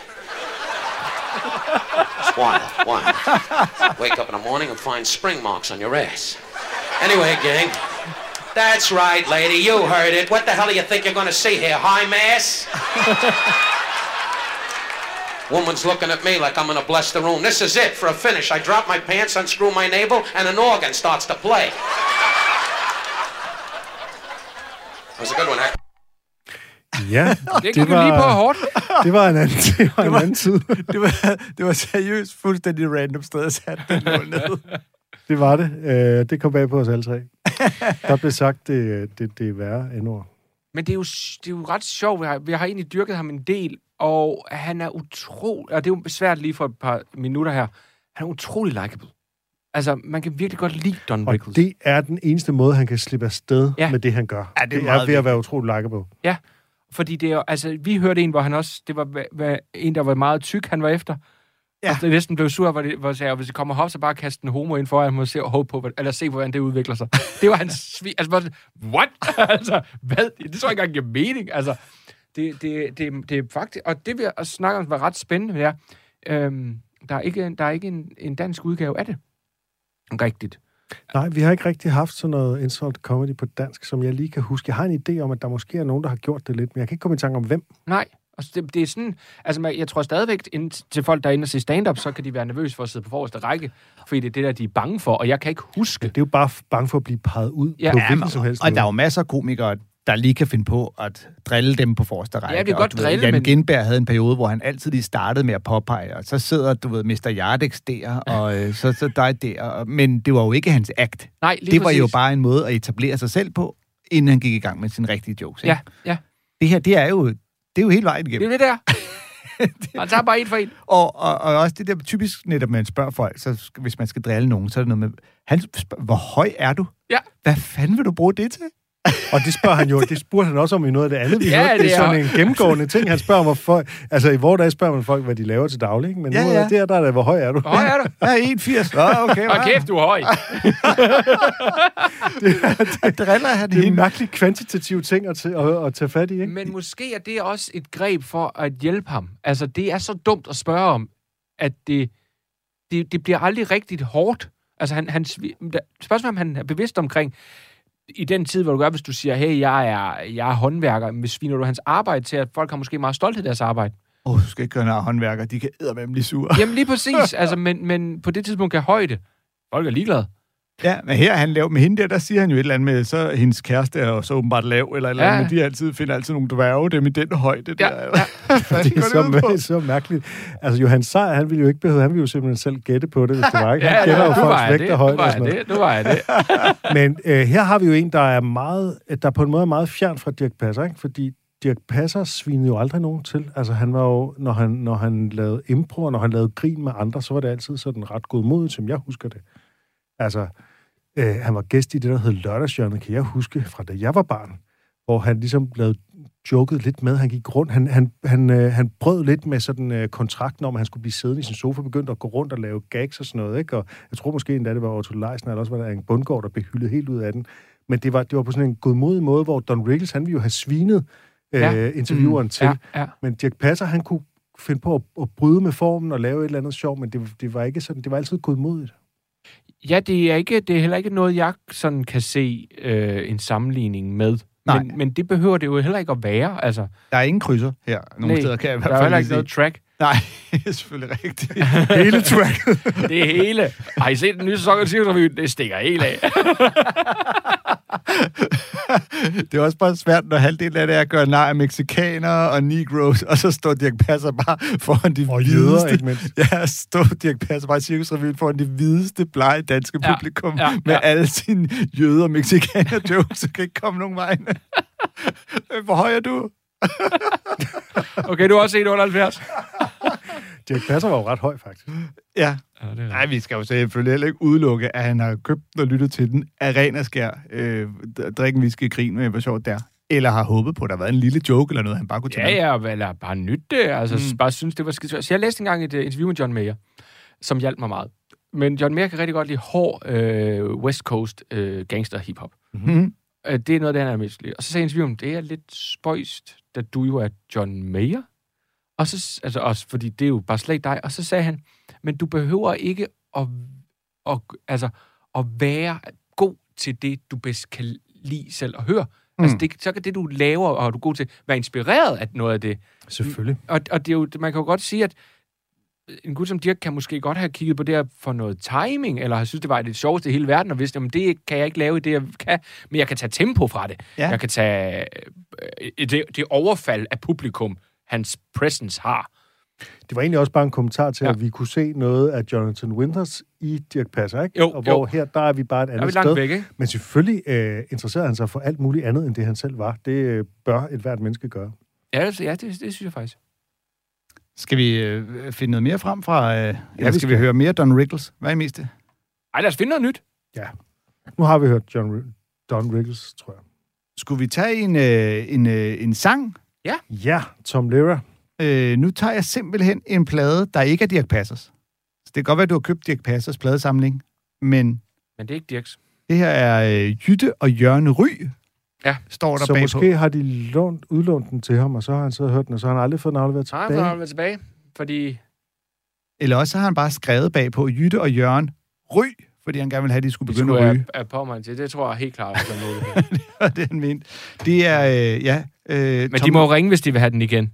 It's wild. Wake up in the morning and find spring marks on your ass. Anyway, gang. That's right, lady. You heard it. What the hell do you think you're going to see here? High mass? Woman's looking at me like I'm gonna bless the room. This is it for a finish. I drop my pants, unscrew my navel, and an organ starts to play. That was a good one, eh? Ja, det var en anden tid. Det var seriøst fuldstændig random sted at sætte den ned. Det var det. Det kom bag på os alle 3. Der blev sagt, det er værre endnu. Men det er jo ret sjovt. Vi har egentlig dyrket ham en del, og han er utrolig, og det er jo svært lige for et par minutter her, han er utrolig likeable. Altså, man kan virkelig godt lide Don Rickles. Og det er den eneste måde, han kan slippe afsted med det, han gør. Ja, det er ved at være utrolig likeable. Ja, fordi det er altså, vi hørte en, hvor han også, det var en, der var meget tyk, han var efter. Ja. Og det næsten blev sur, hvor jeg sagde, hvis det kommer hop, så bare kaste en homo ind foran, og se hvordan det udvikler sig. Det var hans svig. Altså, what? Altså, hvad? Det tror jeg ikke engang giver mening. Altså, det er faktisk, og det vi at snakke om var ret spændende, det er, der er ikke en dansk udgave af det. Rigtigt. Nej, vi har ikke rigtig haft sådan noget insult comedy på dansk, som jeg lige kan huske. Jeg har en idé om, at der måske er nogen, der har gjort det lidt, men jeg kan ikke komme i tanke om, hvem. Nej, altså det er sådan, altså jeg tror stadigvæk, til folk, der er inde og se stand-up, så kan de være nervøse for at sidde på forreste række, fordi det er det, der de er bange for, og jeg kan ikke huske. Det er jo bare bange for at blive peget ud på hvilken som helst. Og der er jo masser af komikere, der lige kan finde på at drille dem på forreste række. Ja, det er godt drille, Jan men... Gindberg havde en periode, hvor han altid lige startede med at påpege, og så sidder, du ved, Mr. Yardex der, og så dig der. Men det var jo ikke hans act. Nej, det var præcis. Jo bare en måde at etablere sig selv på, inden han gik i gang med sin rigtige jokes. Ikke? Ja. Det her, det er jo hele vejen igennem. Det er det der. Man tager bare en for en. Og også det der typisk netop, man spørger folk, så hvis man skal drille nogen, så er det noget med, han spørger, hvor høj er du? Ja. Hvad fanden vil du bruge det til? Og det spørger han jo, det spurgte han også om i noget af det andet. Vi hørte, det er sådan en gennemgående ting. Han spørger, hvorfor... Altså, i vores dag spørger man folk, hvad de laver til daglig, ikke? Men nu er det der er det, hvor høj er du? Hvor høj er du? Jeg er 1,80. Okay. Og kæft, du er høj. Det er en mærkelig kvantitativ ting at tage fat i, ikke? Men måske er det også et greb for at hjælpe ham. Altså, det er så dumt at spørge om, at det bliver aldrig rigtigt hårdt. Altså, spørgsmålet om han er bevidst omkring, i den tid, hvor du gør, hvis du siger, hey, jeg er håndværker, men sviner du hans arbejde til, at folk har måske meget stolt af deres arbejde. Du skal ikke gøre noget håndværker, de kan eddermame blive sure. Jamen lige præcis, altså, men på det tidspunkt kan højde. Folk er ligeglade. Ja, men her han laver med hende der siger han jo et eller andet med, så hendes kæreste er så åbenbart lav, eller et eller andet, men de finder altid nogle dværge, dem i den højde. Ja. Det er så mærkeligt. Altså, Johan Sejer, han ville jo simpelthen selv gætte på det, hvis det var, ikke? Han kender jo folks vægt og højde og sådan noget. Nu var jeg det. Men her har vi jo en, der på en måde er meget fjern fra Dirch Passer, ikke? Fordi Dirch Passer svinede jo aldrig nogen til. Altså, han var jo, når han lavede impro, og når han lavede grin med andre, så var det altid sådan ret godmodigt, som jeg husker det. Altså, han var gæst i det, der hed Lørdagshjørnet, kan jeg huske, fra da jeg var barn, hvor han ligesom lavede joket lidt med. Han gik rundt. Han brød lidt med sådan kontrakten om, at han skulle blive siddende i sin sofa, begyndte at gå rundt og lave gags og sådan noget, ikke? Og jeg tror måske endda, det var Otto Leisner, eller også var der en Bundgaard, der blev hyldet helt ud af den. Men det var på sådan en godmodig måde, hvor Don Rickles, han ville jo have svinet intervieweren til. Ja. Men Dirch Passer, han kunne finde på at bryde med formen og lave et eller andet sjov, men det var ikke sådan, det var altid godmodigt. Ja, det er heller ikke noget, jeg sådan kan se en sammenligning med. Men det behøver det jo heller ikke at være. Altså. Der er ingen krydser her. Nogle steder kan jeg i hvert fald der er heller ikke noget track. Nej, det er selvfølgelig rigtigt. Hele tracket. Det er hele. Har I set den nye sæson af Cirkusrevyen? Det stikker helt af. Det er også bare svært, når halvdelen af det er at gøre nar af mexikanere og negroes, og så står Dirch Passer bare foran de hvideste... Ja, står Dirch Passer bare i Cirkusrevyen foran de hvideste, blege danske publikum med alle sine jøder og mexikaner-jokes, så kan ikke komme nogen vegne. Hvor høj er du? Okay, du har også 1,78. Dirch Passer var jo ret høj, faktisk. Ja. Nej, vi skal jo selvfølgelig heller ikke udelukke, at han har købt og lyttet til den arenaskær drikken whisky i krigen med, hvor sjovt der. Eller har håbet på, at der har været en lille joke eller noget, han bare kunne tage med. Ja, eller bare nyt det. Altså, bare synes, det var skidt. Så jeg læste engang et interview med John Mayer, som hjalp mig meget. Men John Mayer kan rigtig godt lide hård West Coast gangster hiphop. Mm-hmm. Det er noget af det, han er mest lide. Og så sagde interviewen, det er lidt spøjst, da du jo er John Mayer. Og så, altså også, fordi det er jo bare slet ikke dig. Og så sagde han, men du behøver ikke at være god til det, du bedst kan lide selv at høre. Altså, så kan det, du laver, og du er god til, være inspireret af noget af det. Selvfølgelig. Og det er jo, man kan jo godt sige, at en gut som Dirch kan måske godt have kigget på det her for noget timing, eller har synes, det var det sjoveste i hele verden, og vidste, jamen det kan jeg ikke lave i det, jeg kan, men jeg kan tage tempo fra det. Ja. Jeg kan tage det overfald af publikum, hans presence har. Det var egentlig også bare en kommentar til, at vi kunne se noget af Jonathan Winters i Dirch Passer, ikke? Og hvor her, der er vi bare et andet sted. Væk, ikke? Men selvfølgelig interesserede han sig for alt muligt andet, end det han selv var. Det bør et hvert menneske gøre. Ja, det synes jeg faktisk. Skal vi finde noget mere frem fra... eller skal vi høre mere Don Rickles? Hvad er mest det? Ej, lad os finde noget nyt. Ja. Nu har vi hørt Don Rickles, tror jeg. Skulle vi tage en sang? Ja. Ja, Tom Lehrer. Nu tager jeg simpelthen en plade, der ikke er Dirch Passers. Så det kan godt være, at du har købt Dirch Passers pladesamling, men det er ikke Dirchs. Det her er Jytte og Jørgen Ry, står der så bagpå. Så måske har de udlånt den til ham, og så har han siddet og hørt den, og så har han aldrig fået den afleveret tilbage. Nej, han har afleveret tilbage, fordi... Eller også har han bare skrevet bagpå Jytte og Jørgen Ry, fordi han gerne vil have, at de skulle begynde at ryge. Det på mig til. Det tror jeg helt klart. Det var det, han mente. Det er, men de må ringe, hvis de vil have den igen.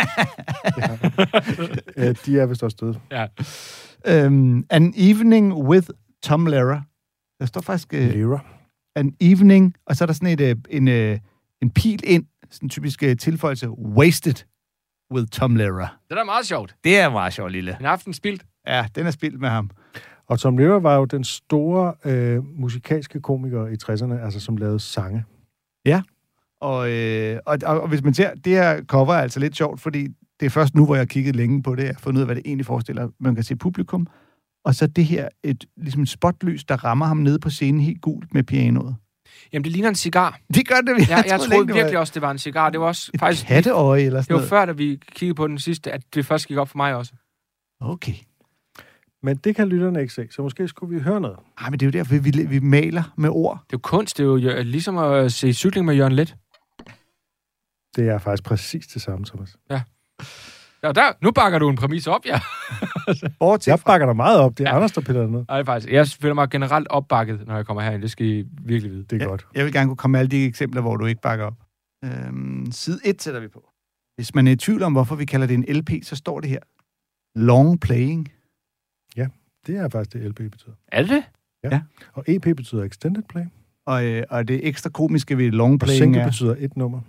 De er vist også døde. Ja. An Evening with Tom Lehrer. Der står faktisk... Lehrer. An Evening, og så er der sådan en pil ind, sådan en typisk tilføjelse, Wasted with Tom Lehrer. Det er da meget sjovt. Det er meget sjovt, lille. En aften spildt. Ja, den er spildt med ham. Og Tom Lehrer var jo den store musikalske komiker i 60'erne, altså som lavede sange. Ja, og hvis man ser, det her cover er altså lidt sjovt, fordi det er først nu, hvor jeg har kigget længe på det, jeg har fundet ud af, hvad det egentlig forestiller. Man kan se publikum, og så det her, ligesom et spotlys, der rammer ham nede på scenen helt gult med pianoet. Jamen, det ligner en cigar. Det gør det, jeg troede virkelig også, det var en cigar. Det var også et faktisk... katteøje eller sådan noget. Det var før, da vi kiggede på den sidste, at det først gik op for mig også. Okay. Men det kan lytterne ikke se, så måske skulle vi høre noget. Nej, men det er jo derfor, vi maler med ord. Det er jo kunst, det er jo ligesom at se cykling med Jørgen Leth. Det er faktisk præcis det samme, Thomas. Ja. Ja, nu bakker du en præmis op, ja. Jeg bakker dig meget op. Det er Anders, der piller ned. Nej, faktisk. Jeg føler mig generelt opbakket, når jeg kommer herind. Det skal I virkelig vide. Det er godt. Jeg vil gerne kunne komme med alle de eksempler, hvor du ikke bakker op. Side 1 sætter vi på. Hvis man er i tvivl om, hvorfor vi kalder det en LP, så står det her. Long playing. Ja, det er faktisk det, LP betyder. Er det? Ja. Og EP betyder extended play. Og det ekstra komiske ved long playing og single betyder et nummer.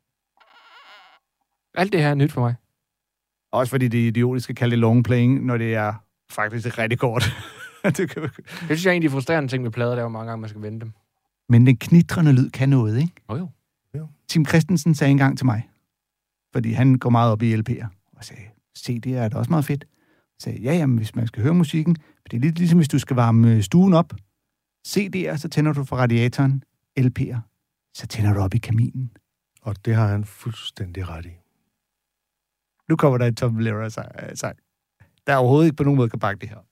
Alt det her er nyt for mig. Også fordi det er idiotisk at kalde det long playing, når det er faktisk rigtig kort. Det synes jeg er en af de frustrerende ting med plader, der er jo mange gange, man skal vende dem. Men den knitrende lyd kan noget, ikke? Jo. Tim Christensen sagde engang til mig, fordi han går meget op i LP'er, og sagde, CD'er er da også meget fedt. Jeg sagde, jamen, hvis man skal høre musikken, det er lidt ligesom, hvis du skal varme stuen op. CD'er, så tænder du for radiatoren. LP'er, så tænder du op i kaminen. Og det har han fuldstændig ret i. Nu kommer der et Tom Lehrer sang. Der overhovedet ikke på nogen måde kan bakke det her.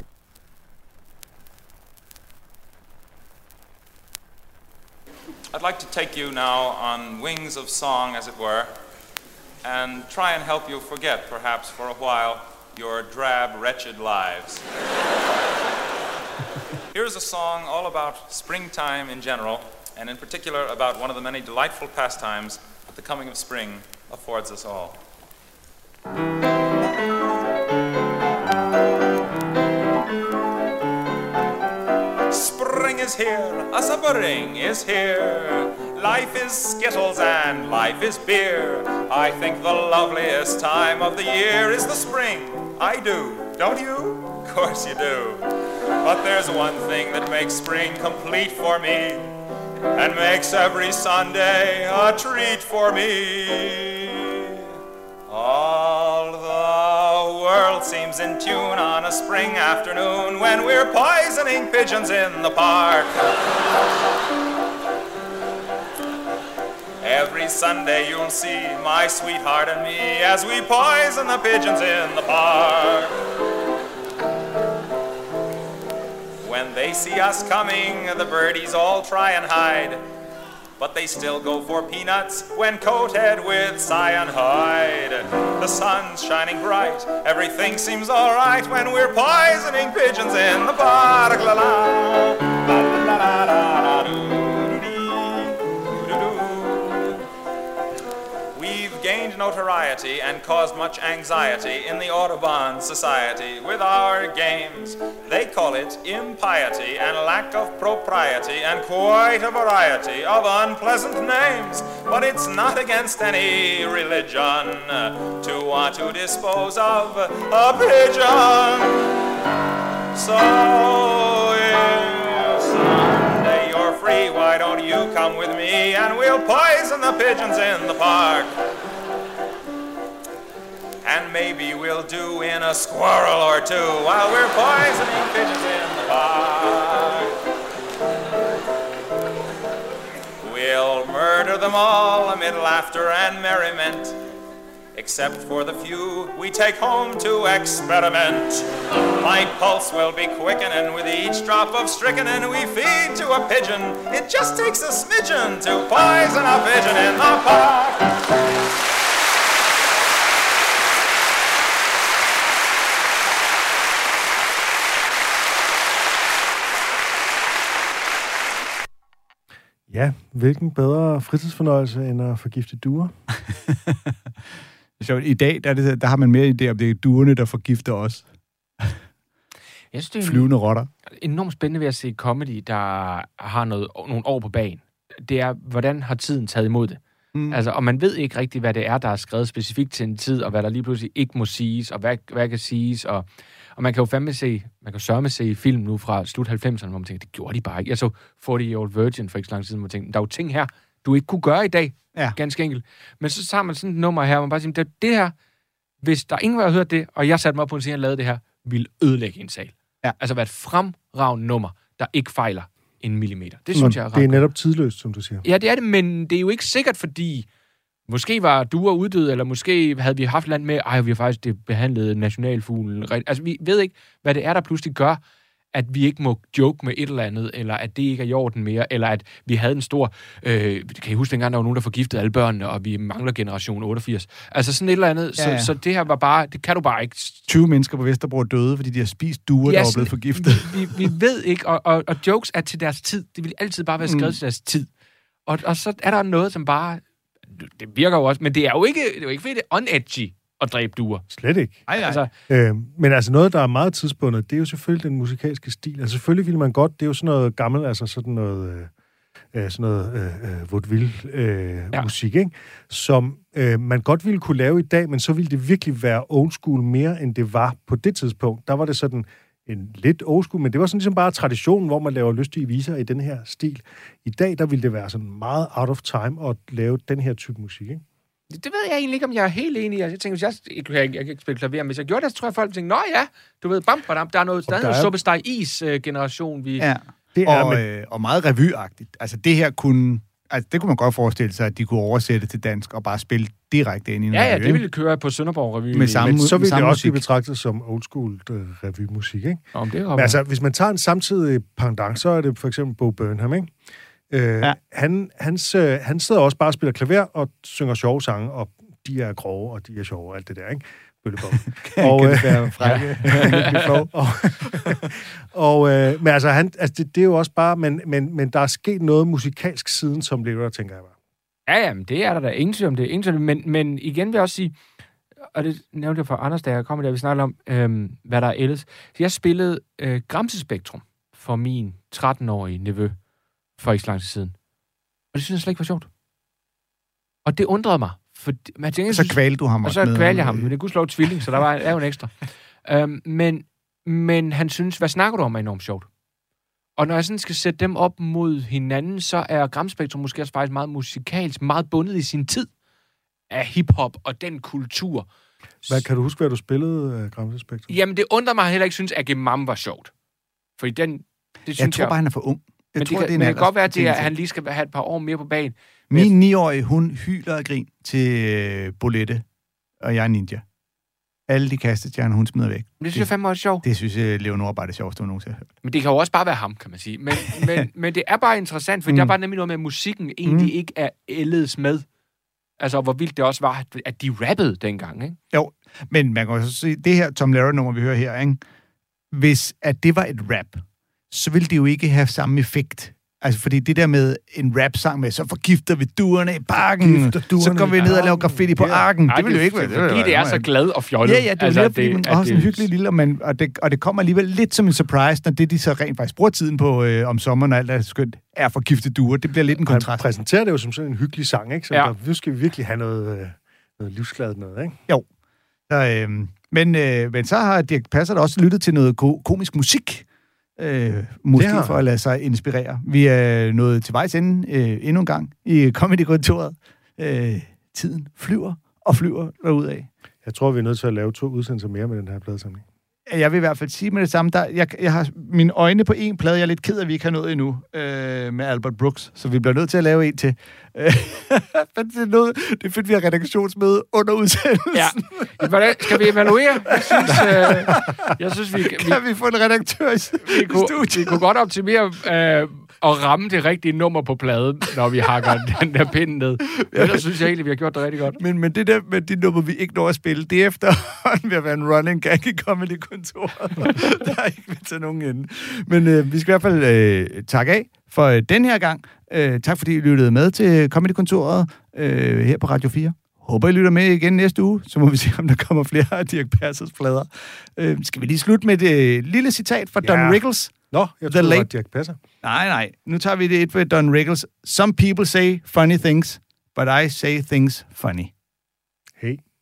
I'd like to take you now on wings of song, as it were, and try and help you forget, perhaps for a while, your drab, wretched lives. Here's a song all about springtime in general, and in particular about one of the many delightful pastimes that the coming of spring affords us all. Spring is here, a spring is here. Life is skittles and life is beer. I think the loveliest time of the year is the spring. I do, don't you? Of course you do. But there's one thing that makes spring complete for me, and makes every Sunday a treat for me. All the world seems in tune on a spring afternoon when we're poisoning pigeons in the park. Every Sunday you'll see my sweetheart and me as we poison the pigeons in the park. When they see us coming, the birdies all try and hide, but they still go for peanuts when coated with cyanide. The sun's shining bright, everything seems alright when we're poisoning pigeons in the park. La la la la la la la. We've gained notoriety and caused much anxiety in the Audubon Society with our games. They call it impiety and lack of propriety and quite a variety of unpleasant names. But it's not against any religion to want to dispose of a pigeon. So if someday you're free, why don't you come with me and we'll poison the pigeons in the park. And maybe we'll do in a squirrel or two while we're poisoning pigeons in the park. We'll murder them all amid laughter and merriment, except for the few we take home to experiment. My pulse will be quickening with each drop of strychnine we feed to a pigeon. It just takes a smidgen to poison a pigeon in the park. Ja, hvilken bedre fritidsfornøjelse end at forgifte duer? Så i dag, der har man mere idé om, det er duerne, der forgifter os. Jeg synes, det er flyvende rotter. Enormt spændende ved at se comedy, der har nogle år på bagen. det er, hvordan har tiden taget imod det? Altså, og man ved ikke rigtigt, hvad det er, der er skrevet specifikt til en tid, og hvad der lige pludselig ikke må siges, og hvad kan siges, og man kan jo sørme se film nu fra slut 90'erne, hvor man tænker, det gjorde de bare ikke. Jeg så 40-Year-Old Virgin for ikke så lang tid siden, hvor man tænkte, der er jo ting her, du ikke kunne gøre i dag, ganske enkelt. Men så tager man sådan et nummer her, hvor man bare siger, det her, hvis der ingen har hørt det, og jeg satte mig op på en scene og lavede det her, vil ødelægge en sal. Ja. Altså være et fremragende nummer, der ikke fejler en millimeter. Det synes jeg er ret. Det er netop tidløst, som du siger. Ja, det er det, men det er jo ikke sikkert, fordi måske var duer uddød, eller måske havde vi haft land med, vi har faktisk det behandlet nationalfuglen. Altså, vi ved ikke, hvad det er, der pludselig gør, at vi ikke må joke med et eller andet, eller at det ikke er i orden mere, eller at vi havde en stor... kan I huske dengang, der var nogen, der forgiftede alle børnene, og vi mangler generation 88? Altså sådan et eller andet. Ja. Så det her var bare... Det kan du bare ikke... 20 mennesker på Vesterbro døde, fordi de har spist duer, der var blevet forgiftet. Vi ved ikke, og jokes er til deres tid. Det vil altid bare være skrevet til deres tid. Og så er der noget, som bare... Det virker jo også, men det er jo ikke fordi det er unedgy at dræbe duer. Slet ikke. Altså, men altså noget, der er meget tidsbundet, det er jo selvfølgelig den musikalske stil. Altså selvfølgelig vil man godt, det er jo sådan noget gammelt, altså sådan noget vaudeville musik, ikke? Som man godt ville kunne lave i dag, men så ville det virkelig være old school mere, end det var på det tidspunkt. Der var det sådan en lidt old school, men det var sådan ligesom bare traditionen, hvor man laver lystige viser i den her stil. I dag, der ville det være sådan meget out of time at lave den her type musik, ikke? Det ved jeg egentlig ikke, om jeg er helt enig i. Jeg tænker, hvis jeg kan ikke spille klaver, men hvis jeg gjorde det, så tror jeg, folk tænker, nå ja, du ved, der er noget suppesteg is-generation. Ja, det er og meget revyagtigt. Altså det her kunne... Altså, det kunne man godt forestille sig, at de kunne oversætte til dansk og bare spille direkte ind i en revy. Ja, det ville køre på Sønderborg Revy. Men så ville det også blive betragtet som old school revymusik, ikke? Om det er men altså, hvis man tager en samtidig pendant, så er det for eksempel Bo Burnham, ikke? Han sidder også bare og spiller klaver og synger sjove sange, og de er grove, og de er sjove, og alt det der, ikke? Bøllebom. Men altså, det er jo også bare, men der er sket noget musikalsk siden som lever, tænker jeg bare. Ja, det er der ingen tvivl om det. Men igen vil jeg også sige, og det nævnte jeg for Anders, da jeg kom der, vi snakkede om, hvad der er ellers. Så jeg spillede Gramsespektrum for min 13-årige nevø for ikke så lang tid siden. Og det synes jeg slet ikke var sjovt. Og det undrede mig. For man tænker, så kvalte du ham også. Og så kvalte jeg ham. Men det kunne slå tvilling, så der er jo en ekstra. Men han synes, hvad snakker du om, er enormt sjovt. Og når jeg sådan skal sætte dem op mod hinanden, så er Gramsespektrum måske også faktisk meget musikalsk, meget bundet i sin tid af hiphop og den kultur. Kan du huske, hvad du spillede Gramsespektrum? Jamen, det undrer mig heller ikke, synes, at Gemam var sjovt. Fordi jeg tror bare, han er for ung. Men det kan godt være, at han lige skal have et par år mere på banen. Min 9-årige, hun hyler af grin til Bolette, og jeg er ninja. Alle de kastestjerner, hun smider væk. Det synes jeg fandme også sjovt. Det synes jeg, Leonora bare er det sjoveste, hun nogensinde har hørt. Men det kan jo også bare være ham, kan man sige. Men det er bare interessant, for der er bare nemlig noget med, at musikken egentlig ikke er ældes med. Altså, hvor vildt det også var, at de rappede dengang, ikke? Jo, men man kan også sige, det her Tom Lehrer-nummer, vi hører her, ikke? Hvis at det var et rap, så ville det jo ikke have samme effekt. Altså, fordi det der med en rap-sang med, så forgifter vi duerne i parken, så går vi ned og laver graffiti på arken. Det vil jo ikke være. Fordi det er så glad og fjollet. Ja, det er altså, fordi man har sådan en hyggelig lille, og det kommer alligevel lidt som en surprise, når det de så rent faktisk bruger tiden på om sommeren, og alt er skønt, er forgiftet duer. Det bliver lidt en kontrast. Han præsenterer det jo som sådan en hyggelig sang, ikke? Så nu skal vi virkelig have noget livsgladet noget, ikke? Jo. Så, men så har Dirch Passer da også lyttet til noget komisk musik. Måske for at lade sig inspirere. Vi er nået til vejs ende endnu en gang i Comedy-kontoret. Tiden flyver derudad. Jeg tror, vi er nødt til at lave 2 udsendelser mere med den her pladesamling. Jeg vil i hvert fald sige med det samme. Jeg har mine øjne på en plade. Jeg er lidt ked af, at vi ikke har nået endnu med Albert Brooks. Så vi bliver nødt til at lave en til. Det er fedt, vi har redaktionsmøde under udsendelsen. Ja. Skal vi evaluere? Jeg synes, kan vi få en redaktør i studiet? Vi kunne godt optimere og ramme det rigtige nummer på pladen, når vi hakker den der pinde ned. Ellers synes jeg egentlig, vi har gjort det rigtig godt. Men det der med de nummer, vi ikke når at spille, det er efterhånden ved at være en running gag i Comedy-kontoret. Der er ikke ved til nogen ende. Men vi skal i hvert fald takke af for den her gang. Tak fordi I lyttede med til Comedy-kontoret her på Radio 4. Håber I lytter med igen næste uge, så må vi se, om der kommer flere af Dirch Passers plader. Skal vi lige slutte med et lille citat fra Don Rickles? Nå, jeg tror, det var Dirch Passer. Nej. Nu tager vi det et ved Don Rickles. Some people say funny things, but I say things funny. Hey.